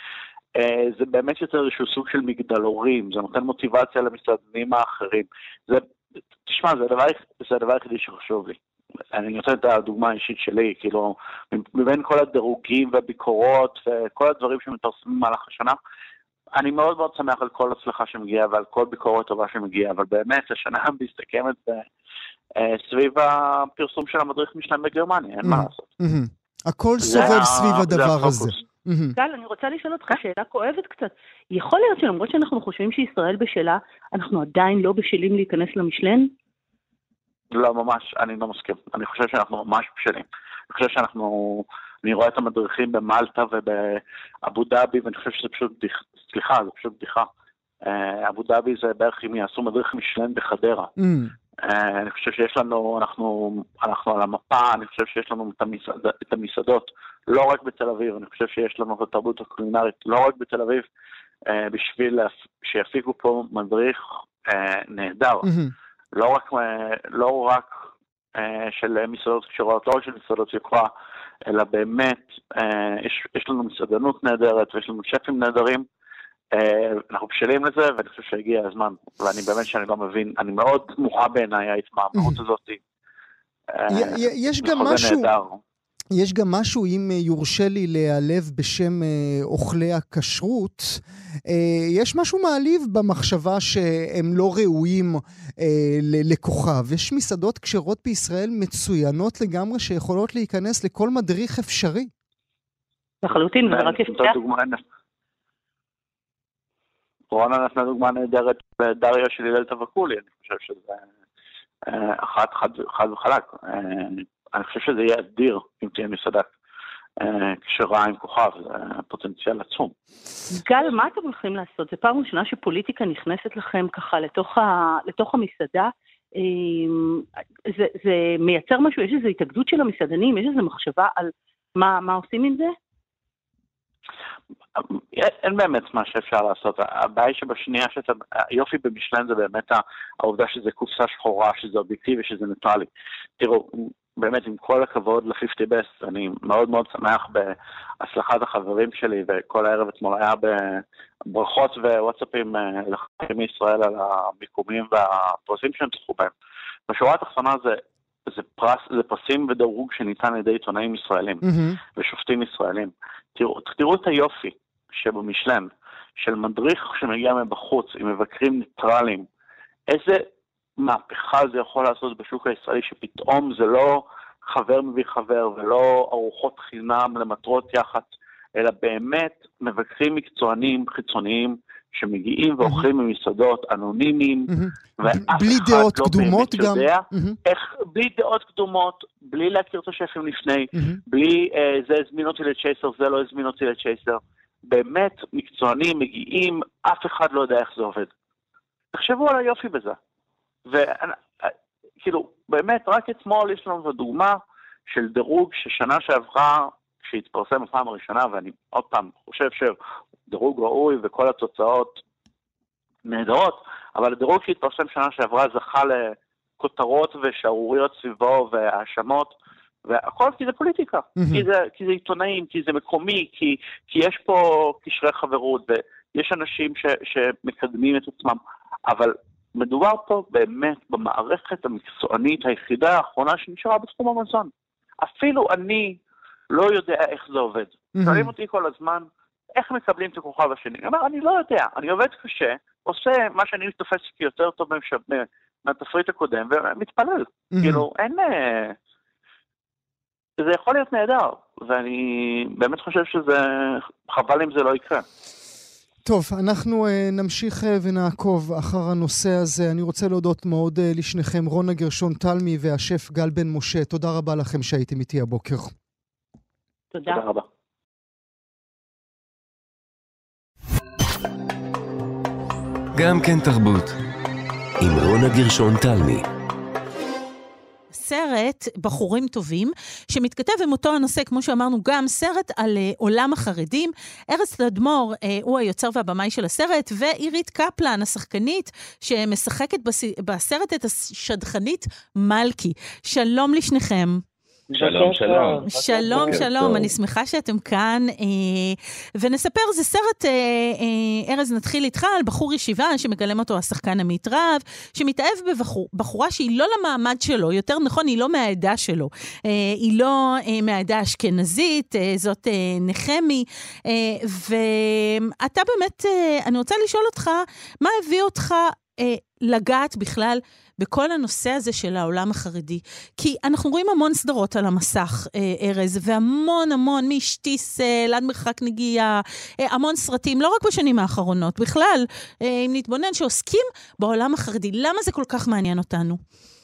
זה באמת יותר איזשהו סוג של מגדלורים, זה נותן מוטיבציה למסעדנים האחרים. זה, תשמע, זה הדבר, זה הדבר היחידי שחשוב לי. אני נותן את הדוגמה האישית שלי, כאילו, מבין כל הדירוגים והביקורות וכל הדברים שמתפרסמים במהלך השנה, אני מאוד מאוד שמח על כל הצלחה שמגיעה ועל כל ביקורת טובה שמגיעה, אבל באמת השנה מסתכמת סביב הפרסום של המדריך משלן בגרמניה, אין מה לעשות. הכל סובב סביב הדבר הזה. גל, אני רוצה לשאול אותך שאלה כואבת קצת. יכול להיות שלמרות שאנחנו חושבים שישראל בשלה, אנחנו עדיין לא בשלים להיכנס למשלן? לא, ממש, אני לא מסכים. אני חושב שאנחנו ממש בשלים. אני חושב שאנחנו, אני רואה את המדריכים במלטה ובאבו דאבי, ואני חושב שזה פשוט בדיחה, סליחה, זה פשוט בדיחה. אבו דאבי זה בערך אם יעשו מדריך משלן בחדרה. אני חושב שיש לנו, אנחנו, אנחנו על המפה, אני חושב שיש לנו את, המסעד, את המסעדות, לא רק בתל אביב, אני חושב שיש לנו את התרבות הקולינרית, לא רק בתל אביב, בשביל שיפיקו פה מדריך נהדר. לא רק, לא רק של מסעדות קשרות, לא רק של מסעדות יקרה, אלא באמת יש, יש לנו מסעדנות נהדרת ויש לנו שפים נהדרים, אנחנו בשלים לזה ואני חושב שהגיע הזמן, ואני באמת שאני לא מבין, אני מאוד תמוכה בעיניי ההתמהמהות הזאת. יש גם משהו, יש גם משהו, אם יורשה לי להיעלב בשם אוכלי הכשרות, יש משהו מעליב במחשבה שהם לא ראויים לכוכב. יש מסעדות כשרות בישראל מצוינות לגמרי שיכולות להיכנס לכל מדריך אפשרי. לחלוטין, ורק יפתח. רונה נתנה דוגמה נהדרת בדריה של הלל תבקולי, אני חושב שזה אחת, חד, חד וחלק. אני חושב שזה יהיה אדיר אם תהיה מסעדה כשרה עם כוכב, זה פוטנציאל עצום. גל, מה אתם הולכים לעשות? זה פעם ראשונה שפוליטיקה נכנסת לכם ככה לתוך, ה, לתוך המסעדה, זה, זה מייצר משהו, יש איזו התאגדות של המסעדנים, יש איזו מחשבה על מה, מה עושים עם זה? אין באמת מה שאפשר לעשות. הבעיה שבשנייה שאתה, היופי במשלן זה באמת העובדה שזה קופסה שחורה, שזה אובייקטיבי, שזה ניטרלי. תראו, באמת עם כל הכבוד ל-חמישים Best, אני מאוד מאוד שמח בהצלחת החברים שלי, וכל הערב אתמול היה בברכות ווואטסאפים לחברים מישראל על המיקומים והפרסים שהם צחו בהם. בשורה התחתונה זה זה פרס, זה פרסים ודירוג שניתן על ידי עיתונאים ישראלים mm-hmm. ושופטים ישראלים. תראו, תראו את היופי שבמשלן, של מדריך שמגיע מבחוץ עם מבקרים ניטרליים, איזה מהפכה זה יכול לעשות בשוק הישראלי, שפתאום זה לא חבר מביא חבר ולא ארוחות חינם למטרות יחד, אלא באמת מבקרים מקצוענים חיצוניים שמגיעים ואוכלים במסעדות אנונימיים, בלי דעות קדומות גם. איך, בלי דעות קדומות, בלי להכיר את השפים לפני, בלי זה הזמין אותי לצ'ייסר, זה לא הזמין אותי לצ'ייסר. באמת מקצוענים מגיעים, אף אחד לא יודע איך זה עובד. תחשבו על היופי בזה. וכאילו, באמת, רק אתמול יש לנו דוגמה של דירוג ששנה שעברה, שהתפרסם בפעם הראשונה, ואני עוד פעם חושב שדירוג ראוי וכל התוצאות נהדרות, אבל הדירוג שהתפרסם שנה שעברה זכה לכותרות ושערוריות סביבו והאשמות, והכל כי זה פוליטיקה, mm-hmm. כי, זה, כי זה עיתונאים, כי זה מקומי, כי, כי יש פה קשרי חברות, ויש אנשים ש, שמקדמים את עצמם, אבל מדובר פה באמת במערכת המקצוענית היחידה האחרונה שנשארה בתחום המזון. אפילו אני לא יודע איך זה עובד. שואלים אותי כל הזמן, איך מקבלים את הכוכב השני? אני אומר, אני לא יודע, אני עובד קשה, עושה מה שאני תופס כיותר טוב מהתפריט הקודם, ומתפלל. כאילו, אין... זה יכול להיות נהדר, ואני באמת חושב שזה חבל אם זה לא יקרה. טוב, אנחנו uh, נמשיך uh, ונעקוב אחר הנושא הזה. אני רוצה להודות מאוד uh, לשניכם, רונה גרשון תלמי והשף גל בן משה. תודה רבה לכם שהייתם איתי הבוקר. תודה. תודה רבה. גם כן תרבות. עם רונה גרשון תלמי. סרט בחורים טובים, שמתכתב עם אותו הנושא, כמו שאמרנו, גם סרט על uh, עולם החרדים. ארז תדמור uh, הוא היוצר והבמאי של הסרט, ועירית קפלן, השחקנית, שמשחקת בס... בסרט את השדכנית מלכי. שלום לשניכם. שלום, שלום. שלום, שלום, אני שמחה שאתם כאן, ונספר, זה סרט, ארז, נתחיל איתך, על בחור ישיבה שמגלם אותו השחקן עמית רב, שמתאהב בבחורה שהיא לא למעמד שלו, יותר נכון, היא לא מהעדה שלו, היא לא מהעדה האשכנזית, זאת נחמי, ואתה באמת, אני רוצה לשאול אותך, מה הביא אותך לגעת בכלל בכל הנושא הזה של העולם החרדי? כי אנחנו רואים המון סדרות על המסך, ארז, והמון המון משטיסל, עד מרחק נגיעה, המון סרטים, לא רק בשנים האחרונות, בכלל, אם נתבונן, שעוסקים בעולם החרדי. למה זה כל כך מעניין אותנו?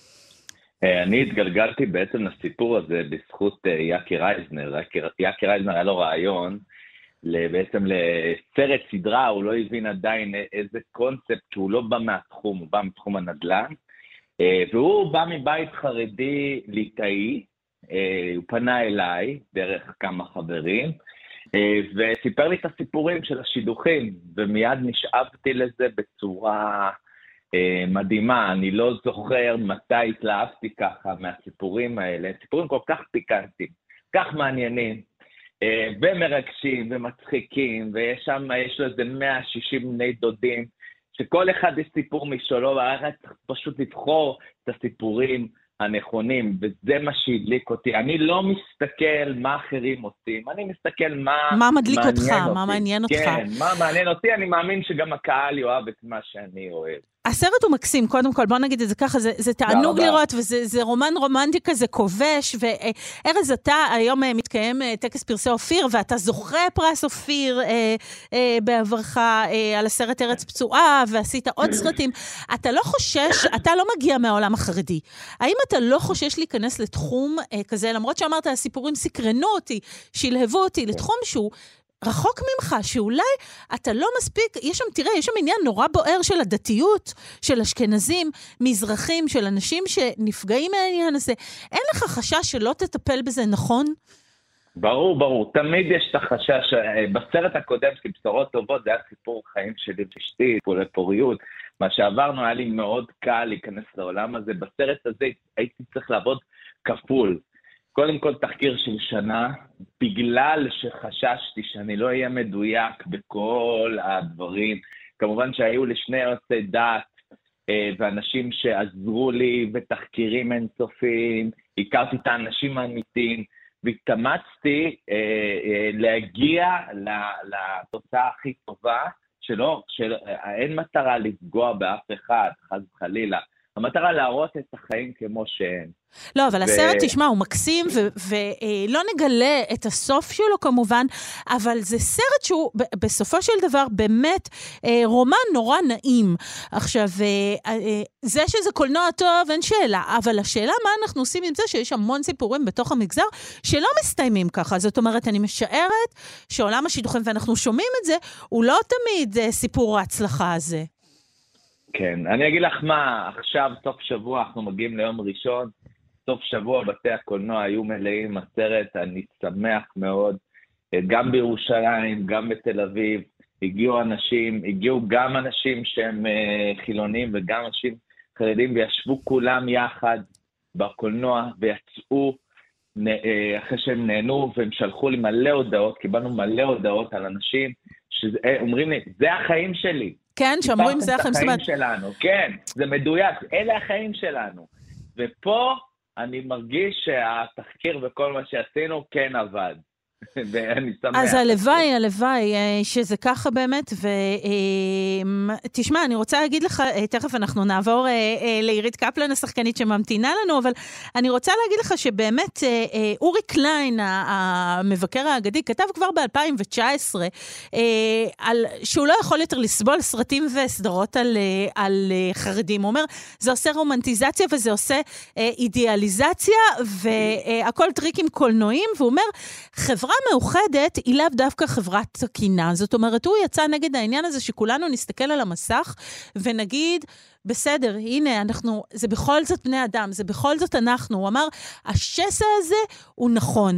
אני התגלגלתי בעצם לסיפור הזה בזכות יקי רייזנר. יקי רייזנר היה לו רעיון, בעצם לסרט סדרה, הוא לא הבין עדיין איזה קונספט, שהוא לא בא מהתחום, הוא בא מתחום הנדל"ן, והוא בא מבית חרדי ליטאי, הוא פנה אליי דרך כמה חברים, וסיפר לי את הסיפורים של השידוכים, ומיד נשאבתי לזה בצורה מדהימה. אני לא זוכר מתי התלהבתי ככה מהסיפורים האלה, סיפורים כל כך פיקנטיים, כך מעניינים, ומרגשים ומצחיקים, ויש שם, יש לו איזה מאה ושישים בני דודים, שכל אחד יש סיפור משלו, והרי צריך פשוט לבחור את הסיפורים הנכונים, וזה מה שהדליק אותי. אני לא מסתכל מה אחרים עושים, אני מסתכל מה, מה מדליק אותך, אותי. מה מעניין אותך. כן, מה מעניין אותי, אני מאמין שגם הקהל יאהב את מה שאני אוהב. הסרט הוא מקסים, קודם כל, בוא נגיד את זה ככה, זה, זה תענוג לראות, וזה זה רומן רומנטי כזה כובש, וארז, אתה היום מתקיים טקס פרסי אופיר, ואתה זוכה פרס אופיר אה, אה, בעברך אה, על הסרט ארץ פצועה, ועשית עוד סרטים. אתה לא חושש, אתה לא מגיע מהעולם החרדי. האם אתה לא חושש להיכנס לתחום אה, כזה, למרות שאמרת, הסיפורים סקרנו אותי, שלהבו אותי, לתחום שהוא רחוק ממך, שאולי אתה לא מספיק, יש שם, תראה, יש שם עניין נורא בוער של הדתיות, של אשכנזים, מזרחים, של אנשים שנפגעים מהעניין הזה. אין לך חשש שלא תטפל בזה, נכון? ברור, ברור. תמיד יש את החשש. בסרט הקודם, בשורות טובות, זה היה סיפור חיים שלי ואשתי, טיפולי פוריות. מה שעברנו, היה לי מאוד קל להיכנס לעולם הזה. בסרט הזה הייתי צריך לעבוד כפול. קודם כל תחקיר של שנה, בגלל שחששתי שאני לא אהיה מדויק בכל הדברים. כמובן שהיו לי שני יועצי דת, ואנשים שעזרו לי בתחקירים אינסופיים, הכרתי את האנשים האמיתיים, והתאמצתי להגיע לתוצאה הכי טובה, שלא, אין מטרה לפגוע באף אחד, חס וחלילה. המטרה להראות את החיים כמו שהם. לא, אבל הסרט, תשמע, הוא מקסים, ולא נגלה את הסוף שלו כמובן, אבל זה סרט שהוא בסופו של דבר באמת רומן נורא נעים. עכשיו, זה שזה קולנוע טוב, אין שאלה, אבל השאלה מה אנחנו עושים עם זה, שיש המון סיפורים בתוך המגזר, שלא מסתיימים ככה. זאת אומרת, אני משערת שעולם השידוכים, ואנחנו שומעים את זה, הוא לא תמיד סיפור ההצלחה הזה. כן, אני אגיד לך מה, עכשיו סוף שבוע, אנחנו מגיעים ליום ראשון, סוף שבוע בתי הקולנוע היו מלאים הסרט, אני שמח מאוד, גם בירושלים, גם בתל אביב, הגיעו אנשים, הגיעו גם אנשים שהם חילונים וגם אנשים חרדים, וישבו כולם יחד בקולנוע ויצאו אחרי שהם נהנו, והם שלחו לי מלא הודעות, קיבלנו מלא הודעות על אנשים שאומרים לי, זה החיים שלי, כן, שאמרו אם זה החיים החיים שלנו, כן, זה מדויק, אלה החיים שלנו. ופה אני מרגיש שהתחקיר וכל מה שעשינו כן עבד. ואני שמח. אז הלוואי, הלוואי, שזה ככה באמת, ותשמע, אני רוצה להגיד לך, תכף אנחנו נעבור לעירית קפלן, השחקנית שממתינה לנו, אבל אני רוצה להגיד לך שבאמת אורי קליין, המבקר האגדי, כתב כבר ב-אלפיים תשע עשרה, שהוא לא יכול יותר לסבול סרטים וסדרות על, על חרדים. הוא אומר, זה עושה רומנטיזציה וזה עושה אידיאליזציה, והכל טריקים קולנועים, והוא אומר, חברה מאוחדת היא לאו דווקא חברת תקינה. זאת אומרת, הוא יצא נגד העניין הזה שכולנו נסתכל על המסך ונגיד, בסדר, הנה, אנחנו, זה בכל זאת בני אדם, זה בכל זאת אנחנו. הוא אמר, השסע הזה הוא נכון.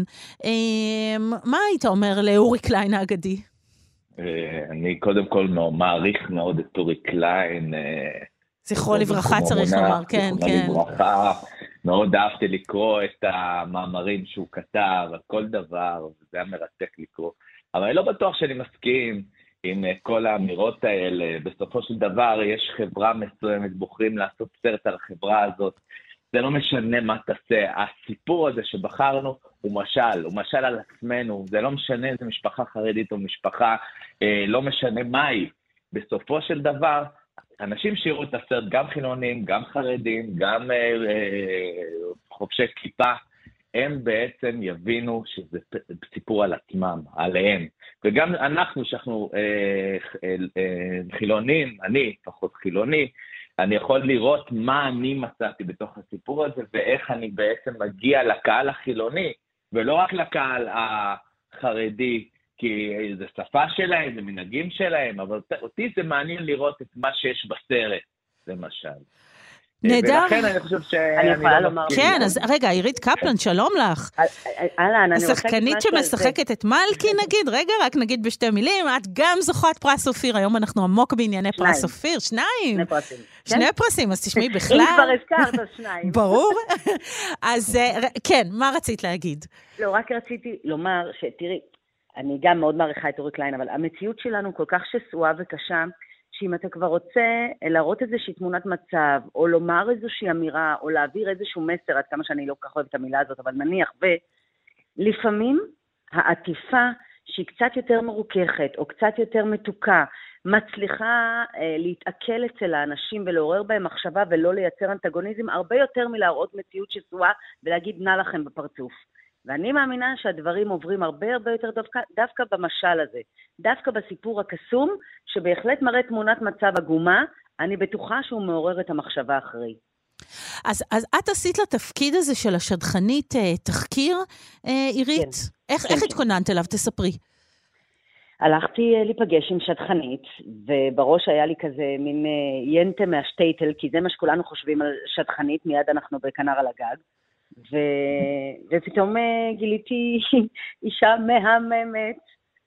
מה היית אומר לאורי קליין האגדי? אני קודם כל מעריך מאוד את אורי קליין. זכרו לברכה צריך לומר, כן, כן. זכרו לברכה. מאוד אהבתי לקרוא את המאמרים שהוא כתב, על כל דבר, וזה היה מרתק לקרוא. אבל אני לא בטוח שאני מסכים עם כל האמירות האלה. בסופו של דבר יש חברה מסוימת, בוחרים לעשות סרט על החברה הזאת. זה לא משנה מה תעשה. הסיפור הזה שבחרנו הוא משל, הוא משל על עצמנו. זה לא משנה איזה משפחה חרדית או משפחה, אה, לא משנה מה היא. בסופו של דבר, אנשים שיראו את הסרט, גם חילונים, גם חרדים, גם אה, אה, חובשי כיפה, הם בעצם יבינו שזה סיפור על עצמם, עליהם. וגם אנחנו, שאנחנו אה, אה, אה, חילונים, אני פחות חילוני, אני יכול לראות מה אני מצאתי בתוך הסיפור הזה, ואיך אני בעצם מגיע לקהל החילוני, ולא רק לקהל החרדי, כי זה שפה שלהם, זה מנהגים שלהם, אבל אותי זה מעניין לראות את מה שיש בסרט, למשל. נהדר. ולכן אני חושב שאני אני יכולה לא לומר... כן, אז רגע, עירית קפלן, שלום לך. אהלן, אני רוצה... השחקנית שמשחקת את מלכי, נגיד, רגע, רק נגיד בשתי מילים, את גם זוכת פרס אופיר, היום אנחנו עמוק בענייני פרס אופיר, שניים. שני פרסים. שני פרסים, אז תשמעי בכלל. אם כבר הזכרת, אז שניים. ברור. אז כן, מה רצית להגיד? לא, רק רציתי לומר שתראי, אני גם מאוד מעריכה את אורי קליין, אבל המציאות שלנו כל כך שסועה וקשה, שאם אתה כבר רוצה להראות איזושהי תמונת מצב, או לומר איזושהי אמירה, או להעביר איזשהו מסר, עד כמה שאני לא כך אוהבת את המילה הזאת, אבל נניח, ולפעמים העטיפה שהיא קצת יותר מרוככת, או קצת יותר מתוקה, מצליחה אה, להתעכל אצל האנשים ולעורר בהם מחשבה ולא לייצר אנטגוניזם, הרבה יותר מלהראות מציאות שסועה ולהגיד נע לכם בפרצוף. ואני מאמינה שהדברים עוברים הרבה הרבה יותר דווקא, דווקא במשל הזה, דווקא בסיפור הקסום, שבהחלט מראה תמונת מצב עגומה, אני בטוחה שהוא מעורר את המחשבה אחרי. אז, אז את עשית לתפקיד הזה של השדכנית תחקיר, עירית? כן. איך, כן, איך כן. התכוננת אליו? תספרי. הלכתי להיפגש עם שדכנית, ובראש היה לי כזה מין ינטה מהשטייטל, כי זה מה שכולנו חושבים על שדכנית, מיד אנחנו בכנר על הגג. ו... ופתאום גיליתי אישה מהממת,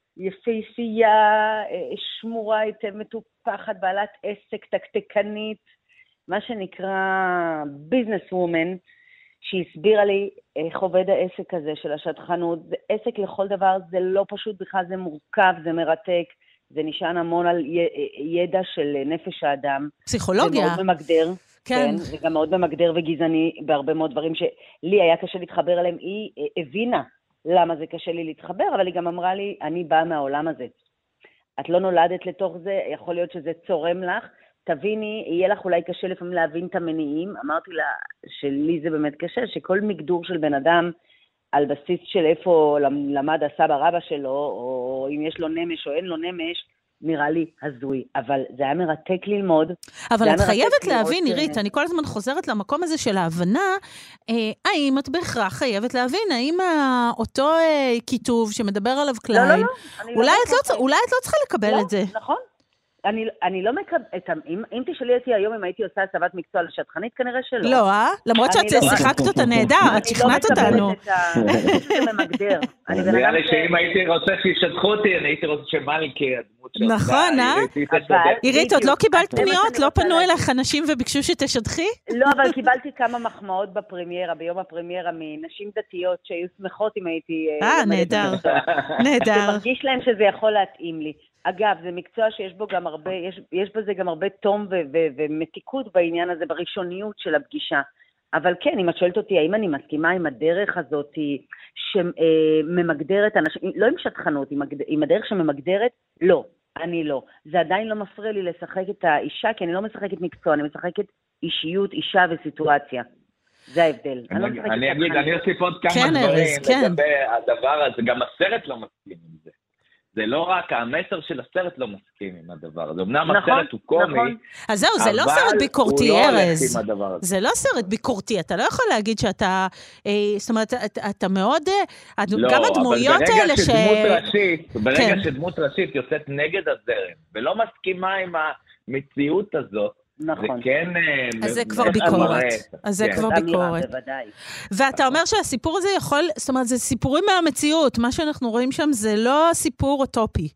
יפהפייה, שמורה היטב, מטופחת, בעלת עסק, תקתקנית, מה שנקרא ביזנס וומן, שהסבירה לי איך עובד העסק הזה של השדכנות. זה עסק לכל דבר, זה לא פשוט בכלל, זה מורכב, זה מרתק, זה נשען המון על ידע של נפש האדם. פסיכולוגיה. זה מאוד ממגדר. כן. כן, זה גם מאוד במגדר וגזעני בהרבה מאוד דברים שלי היה קשה להתחבר אליהם. היא הבינה למה זה קשה לי להתחבר, אבל היא גם אמרה לי, אני באה מהעולם הזה. את לא נולדת לתוך זה, יכול להיות שזה צורם לך, תביני, יהיה לך אולי קשה לפעמים להבין את המניעים. אמרתי לה שלי זה באמת קשה, שכל מגדור של בן אדם, על בסיס של איפה למד הסבא רבא שלו, או אם יש לו נמש או אין לו נמש, נראה לי הזוי, אבל זה היה מרתק ללמוד. אבל את חייבת להבין, עירית, אני כל הזמן חוזרת למקום הזה של ההבנה, האם את בהכרח חייבת להבין, האם אותו כיתוב שמדבר עליו קליין, לא, לא, לא. אולי את לא צריכה לקבל את זה. נכון. אני, אני לא מקבל, אם, אם תשאלי אותי היום אם הייתי עושה הסבת מקצוע לשדכנית, כנראה שלא. לא, אה? למרות שאת שיחקת אותה נהדר, את שכנעת אותנו. אני לא מקבלת את הממגדר. נראה לי שאם הייתי רוצה שישדכו אותי, אני הייתי רוצה שמלכי, הדמות שלך. נכון, אה? עירית, עוד לא קיבלת פניות? לא פנו אליך אנשים וביקשו שתשדכי? לא, אבל קיבלתי כמה מחמאות בפרמיירה, ביום הפרמיירה, מנשים דתיות שהיו שמחות אם הייתי... אה, נהדר. נהדר. שמרגיש להם שזה יכול להתאים לי. אגב, זה מקצוע שיש בו גם הרבה, יש, יש בזה גם הרבה תום ו- ו- ומתיקות בעניין הזה, בראשוניות של הפגישה. אבל כן, אם את שואלת אותי, האם אני מסכימה עם הדרך הזאת שממגדרת אנשים, לא עם שטחנות, עם הדרך שממגדרת, לא, אני לא. זה עדיין לא מפריע לי לשחק את האישה, כי אני לא משחקת מקצוע, אני משחקת אישיות, אישה וסיטואציה. זה ההבדל. אני אגיד, אני אוסיף עוד כמה דברים לגבי הדבר הזה, גם הסרט לא מסכים עם זה. זה לא רק המסר של הסרט לא מסכים עם הדבר הזה. אמנם הסרט הוא קומי, אז זהו, זה לא סרט ביקורתי, ארז. זה לא סרט ביקורתי. אתה לא יכול להגיד שאתה, זאת אומרת, אתה מאוד, גם הדמויות האלה ש... ברגע שדמות ראשית יוצאת נגד הזרם, ולא מסכימה עם המציאות הזאת, נכון. כן, אז זה כבר ביקורת. אז זה כבר ביקורת. ואתה אומר שהסיפור הזה יכול, זאת אומרת, זה סיפורים מהמציאות. מה שאנחנו רואים שם זה לא סיפור אוטופי.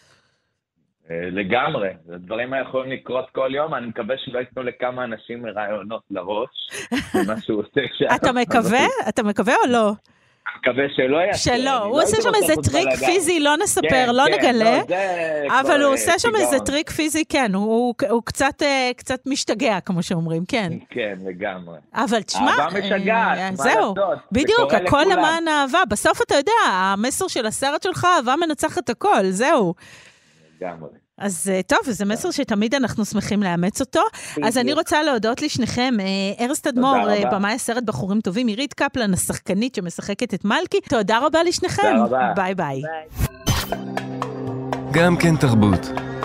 לגמרי. הדברים יכולים לקרות כל יום. אני מקווה שלא ייתנו לכמה אנשים רעיונות לראש. מה שהוא עושה שם. אתה מקווה? אתה מקווה או לא? מקווה שלא יעשה. שלא, הוא עושה שם איזה טריק פיזי, לא נספר, לא נגלה, אבל הוא עושה שם איזה טריק פיזי, כן, הוא קצת משתגע, כמו שאומרים, כן. כן, לגמרי. אבל תשמע, אהבה משגעת, זהו, בדיוק, הכל למען אהבה. בסוף אתה יודע, המסר של הסרט שלך, אהבה מנצחת הכל, זהו. לגמרי. אז טוב, זה מסר שתמיד אנחנו שמחים לאמץ אותו. אז אני רוצה להודות לשניכם, ארז תדמור, במאי הסרט בחורים טובים, עירית קפלן, השחקנית שמשחקת את מלכי. תודה רבה לשניכם. ביי ביי. גם כן תרבות.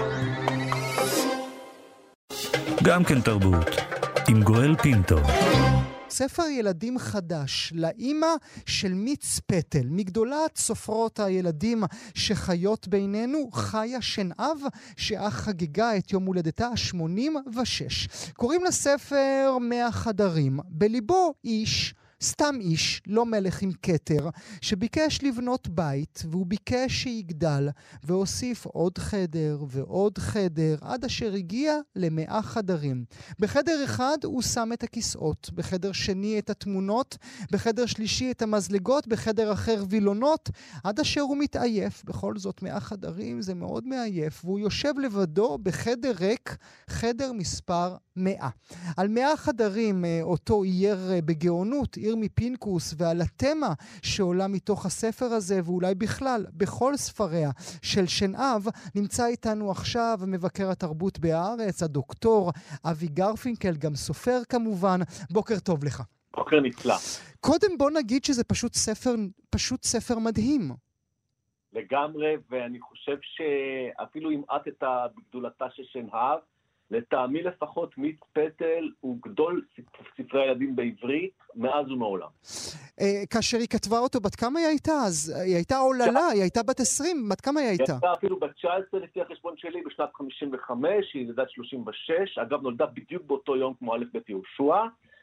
גם כן תרבות, עם גואל פינטו. ספר ילדים חדש לאימא של מיץ פטל, מגדולת סופרות הילדים שחיות בינינו, חיה שנאב, שאך חגגה את יום הולדתה ה-שמונים ושש. קוראים לספר מאה חדרים. בליבו איש, סתם איש, לא מלך עם כתר, שביקש לבנות בית, והוא ביקש שיגדל, והוסיף עוד חדר ועוד חדר, עד אשר הגיע למאה חדרים. בחדר אחד הוא שם את הכיסאות, בחדר שני את התמונות, בחדר שלישי את המזלגות, בחדר אחר וילונות, עד אשר הוא מתעייף. בכל זאת מאה חדרים זה מאוד מעייף, והוא יושב לבדו בחדר ריק, חדר מספר מאה. על מאה חדרים אותו אייר בגאונות, עיר מפינקוס, ועל התמה שעולה מתוך הספר הזה, ואולי בכלל בכל ספריה של שנאב, נמצא איתנו עכשיו מבקר התרבות בארץ, הדוקטור אבי גרפינקל, גם סופר כמובן. בוקר טוב לך. בוקר נפלא. קודם בוא נגיד שזה פשוט ספר, פשוט ספר מדהים. לגמרי, ואני חושב שאפילו אם את את בגדולתה של שנאב, לטעמי לפחות מיץ פטל הוא גדול ספרי הילדים בעברית מאז ומעולם. כאשר היא כתבה אותו, בת כמה היא הייתה? אז היא הייתה עוללה, היא הייתה בת עשרים, בת כמה היא הייתה? היא הייתה אפילו בת תשע עשרה לפי החשבון שלי בשנת חמישים וחמש, היא נולדה שלושים ושש, אגב נולדה בדיוק באותו יום כמו א' בית יהושע,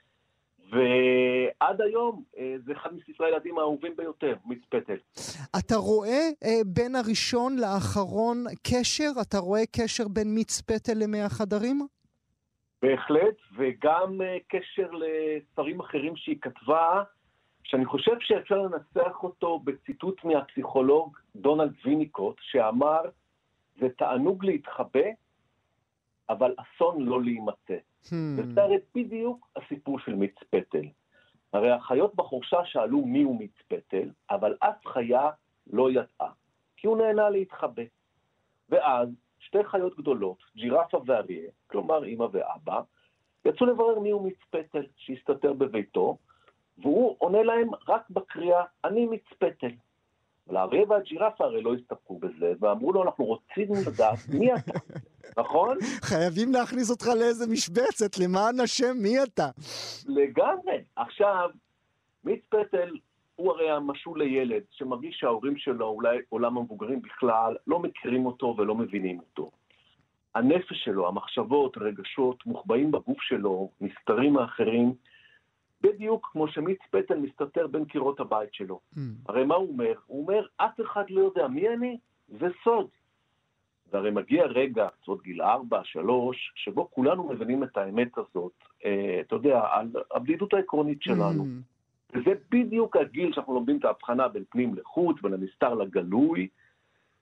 ועד היום זה אחד מספרי הילדים האהובים ביותר, מיץ פטל. אתה רואה בין הראשון לאחרון קשר? אתה רואה קשר בין מיץ פטל למאה חדרים? בהחלט, וגם קשר לספרים אחרים שהיא כתבה, שאני חושב שאפשר לנסח אותו בציטוט מהפסיכולוג דונלד ויניקוט, שאמר, זה תענוג להתחבא, אבל אסון לא להימצא. וזה הרי בדיוק הסיפור של מיץ פטל. הרי החיות בחורשה שאלו מי הוא מיץ פטל, אבל אף חיה לא ידעה, כי הוא נהנה להתחבא. ואז שתי חיות גדולות, ג'ירפה ואריה, כלומר אמא ואבא, יצאו לברר מי הוא מיץ פטל שהסתתר בביתו, והוא עונה להם רק בקריאה, אני מיץ פטל. אבל האריה והג'ירפה הרי לא הסתפקו בזה, ואמרו לו, אנחנו רוצים לדעת מי אתה. נכון? חייבים להכניס אותך לאיזה משבצת, למען השם, מי אתה? לגמרי. עכשיו, מיץ פטל הוא הרי המשול לילד, שמרגיש שההורים שלו, אולי עולם המבוגרים בכלל, לא מכירים אותו ולא מבינים אותו. הנפש שלו, המחשבות, הרגשות, מוחבאים בגוף שלו, מסתרים האחרים, בדיוק כמו שמיץ פטל מסתתר בין קירות הבית שלו. Mm. הרי מה הוא אומר? הוא אומר, אף אחד לא יודע מי אני, זה סוד. והרי מגיע רגע, סוד גיל ארבע, שלוש, שבו כולנו מבינים את האמת הזאת, אה, אתה יודע, על הבדידות העקרונית שלנו. Mm. וזה בדיוק הגיל שאנחנו לומדים את ההבחנה בין פנים לחוץ, בין הנסתר לגלוי,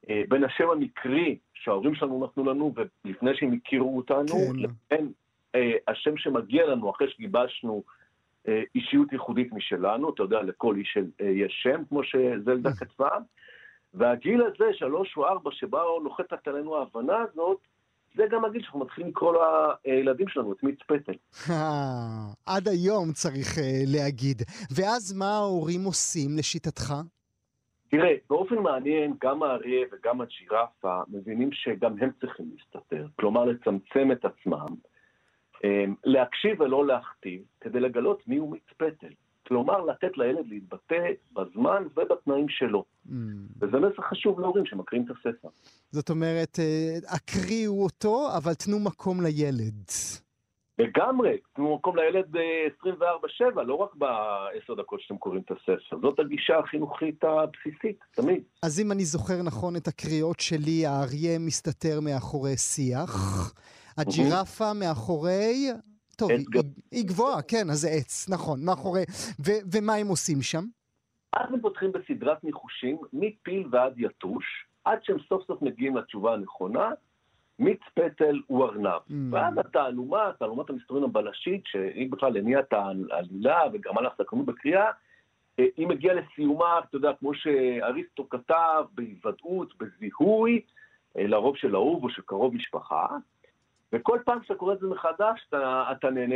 בין השם המקרי שההורים שלנו נתנו לנו, ולפני שהם הכירו אותנו, כן. לבין השם שמגיע לנו אחרי שגיבשנו אישיות ייחודית משלנו, אתה יודע, לכל איש יש שם, כמו שזלדה כתבה, והגיל הזה, שלוש או ארבע, שבה נוחתת עלינו ההבנה הזאת, זה גם הגיל שאנחנו מתחילים לקרוא לילדים שלנו, את מיץ פטל. עד היום צריך להגיד. ואז מה ההורים עושים לשיטתך? תראה, באופן מעניין, גם האריה וגם הג'ירפה מבינים שגם הם צריכים להסתתר, כלומר לצמצם את עצמם, להקשיב ולא להכתיב, כדי לגלות מי הוא מיץ פטל. כלומר, לתת לילד להתבטא בזמן ובתנאים שלו. Mm. וזה מסר חשוב להורים שמקריאים את הספר. זאת אומרת, הקריאו אותו, אבל תנו מקום לילד. לגמרי, תנו מקום לילד עשרים וארבע שבע, לא רק בעשר דקות שאתם קוראים את הספר. זאת הגישה החינוכית הבסיסית, תמיד. אז אם אני זוכר נכון את הקריאות שלי, האריה מסתתר מאחורי שיח, הג'ירפה מאחורי... טוב, היא, היא גבוהה, כן, אז זה עץ, נכון, מאחורי, ו- ומה הם עושים שם? אז הם פותחים בסדרת ניחושים, מפיל ועד יתוש, עד שהם סוף סוף מגיעים לתשובה הנכונה, מיץ פטל הוא ארנב. Mm. ועד התעלומה, תעלומת המסתורין הבלשית, שהיא בכלל הניעה את העלילה וגרמה לה סקרנות בקריאה, היא מגיעה לסיומה, אתה יודע, כמו שאריסטו כתב, בהיוודעות, בזיהוי, לרוב של אהוב או של קרוב משפחה, וכל פעם שאתה קורא את זה מחדש, אתה, אתה נהנה...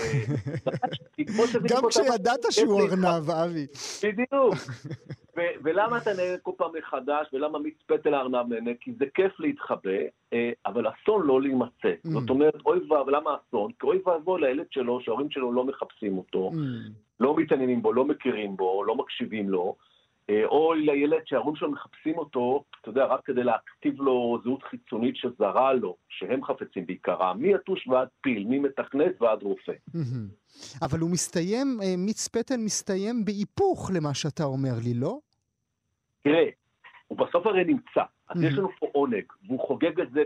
גם כשידעת שהוא ארנב, אבי. בדיוק. ו- ולמה אתה נהנה כל פעם מחדש, ולמה מיץ פטל הארנב נהנה? כי זה כיף להתחבא, אבל אסון לא להימצא. זאת אומרת, אוי ואבוי, למה אסון? כי אוי ואבוי לילד שלו, שההורים שלו לא מחפשים אותו, לא מתעניינים בו, לא מכירים בו, לא מקשיבים לו, או לילד שההורים שלו מחפשים אותו, אתה יודע, רק כדי להכתיב לו זהות חיצונית שזרה לו, שהם חפצים בעיקרה, מי יתוש ועד פיל, מי מתכנת ועד רופא. אבל הוא מסתיים, מיץ פטל מסתיים בהיפוך למה שאתה אומר לי, לא? תראה, הוא בסוף הרי נמצא, אז יש לנו פה עונג, והוא חוגג את זה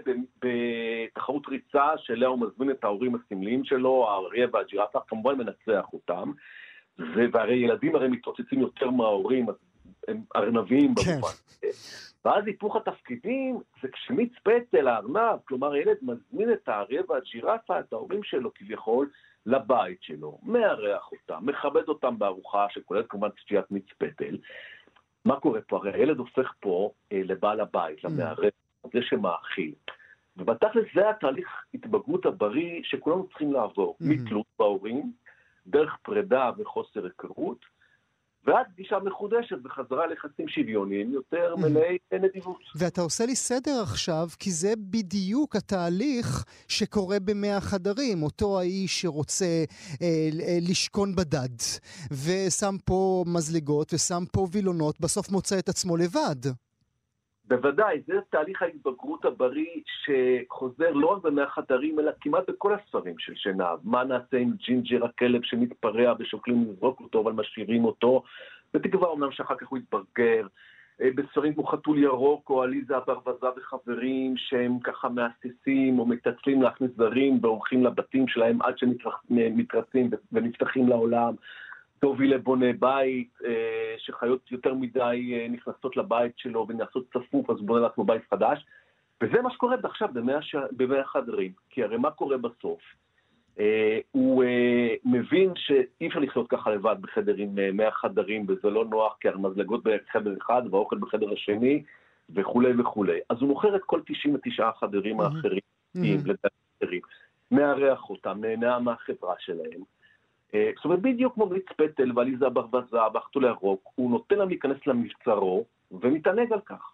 בתחרות ריצה, שאליה הוא מזמין את ההורים הסמליים שלו, האריה והג'ירפה, כמובן מנצח אותם, והרי ילדים הרי מתרוצצים יותר מההורים, אז הם ארנבים במובן. ואז היפוך התפקידים זה כשמיץ פטל הארנב, כלומר ילד מזמין את האריה והג'ירפה, את ההורים שלו כביכול, לבית שלו, מארח אותם, מכבד אותם בארוחה שכוללת כמובן שתיית מיץ פטל. מה קורה פה? הרי הילד הופך פה אה, לבעל הבית, למארח, זה שמאכיל. ובתכל'ס זה התהליך התבגרות הבריא שכולנו צריכים לעבור, מתלות בהורים, דרך פרידה וחוסר היכרות, ועד גישה מחודשת וחזרה לחצים שוויוניים יותר מלאי נדיבות. ואתה עושה לי סדר עכשיו, כי זה בדיוק התהליך שקורה במאה החדרים, אותו האיש שרוצה אה, לשכון בדד, ושם פה מזלגות ושם פה וילונות, בסוף מוצא את עצמו לבד. בוודאי, זה תהליך ההתבגרות הבריא שחוזר לא רק במאה החדרים, אלא כמעט בכל הספרים של שנהב. מה נעשה עם ג'ינג'ר הכלב שמתפרע ושוקלים לזרוק אותו, אבל משאירים אותו, בתקווה אומנם שאחר כך הוא יתברגר. בספרים כמו חתול ירוק או עליזה הברווז וחברים שהם ככה מאססים או מתעצלים להכניס זרים והולכים לבתים שלהם עד שמתרצים ונפתחים לעולם. טובי לבונה בית, אה, שחיות יותר מדי אה, נכנסות לבית שלו ונעשות צפוף, אז הוא בונה לעצמו בית חדש. וזה מה שקורה עכשיו במאה, ש... במאה חדרים. כי הרי מה קורה בסוף? אה, הוא אה, מבין שאי אפשר לחיות ככה לבד בחדר עם אה, מאה חדרים, וזה לא נוח, כי המזלגות בחדר אחד והאוכל בחדר השני, וכו' וכו'. אז הוא מוכר את כל תשעים ותשעה החדרים האחרים, לדברים, מארח אותם, נהנה מהחברה שלהם. זאת אומרת, בדיוק כמו מיץ פטל ועליזה הברווז והחתול הירוק, הוא נותן להם להיכנס למבצרו ומתענג על כך.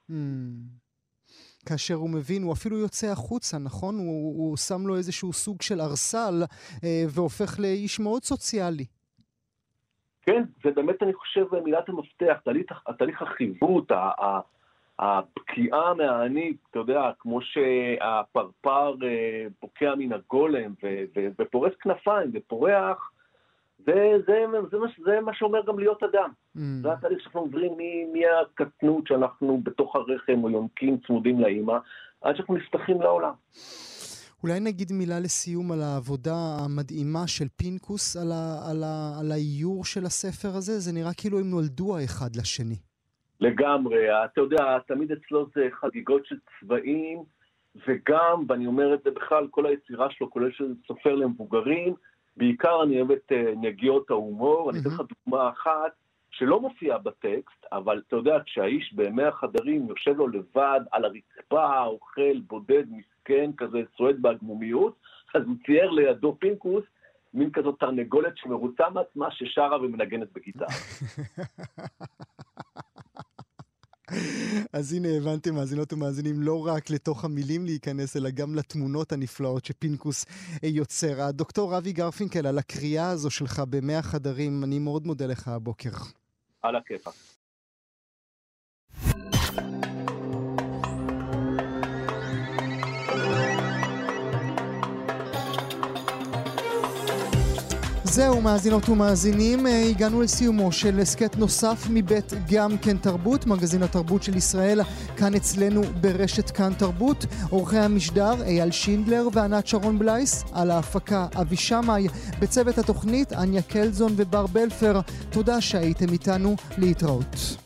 כאשר הוא מבין, הוא אפילו יוצא החוצה, נכון? הוא, הוא שם לו איזשהו סוג של ארסל והופך לאיש מאוד סוציאלי. כן, זה באמת אני חושב מילת המפתח, התהליך החיווט, הבקיעה מהעני, אתה יודע, כמו שהפרפר בוקע מן הגולם ופורס כנפיים ופורח, זה, זה, זה, זה, זה מה שאומר גם להיות אדם. Mm. זה התהליך שאנחנו עוברים מהקטנות שאנחנו בתוך הרחם או יונקים צמודים לאמא, עד שאנחנו נפתחים לעולם. אולי נגיד מילה לסיום על העבודה המדהימה של פינקוס, על, ה, על, ה, על האיור של הספר הזה. זה נראה כאילו הם נולדו האחד לשני. לגמרי, אתה יודע, תמיד אצלו זה חגיגות של צבעים, וגם, ואני אומר את זה בכלל, כל היצירה שלו, כולל של סופר למבוגרים, בעיקר אני אוהב את נגיעות ההומור, אני אתן לך דוגמה אחת, שלא מופיע בטקסט, אבל אתה יודע, כשהאיש בימי החדרים יושב לו לבד על הרצפה, אוכל, בודד, מסכן, כזה צועד בהגמומיות, אז הוא צייר לידו פינקוס, מין כזאת תרנגולת שמרוצה מעצמה ששרה ומנגנת בגיטרה. אז הנה הבנתם, מאזינות ומאזינים, לא רק לתוך המילים להיכנס, אלא גם לתמונות הנפלאות שפינקוס יוצר. הדוקטור אבי גרפינקל, על הקריאה הזו שלך במאה חדרים, אני מאוד מודה לך הבוקר. על הכיפה. זהו, מאזינות ומאזינים, הגענו לסיומו של הסקט נוסף מבית גם כן תרבות, מגזין התרבות של ישראל, כאן אצלנו ברשת כאן תרבות. עורכי המשדר אייל שינדלר וענת שרון בלייס, על ההפקה אבי שמאי, בצוות התוכנית אניה קלזון ובר בלפר. תודה שהייתם איתנו, להתראות.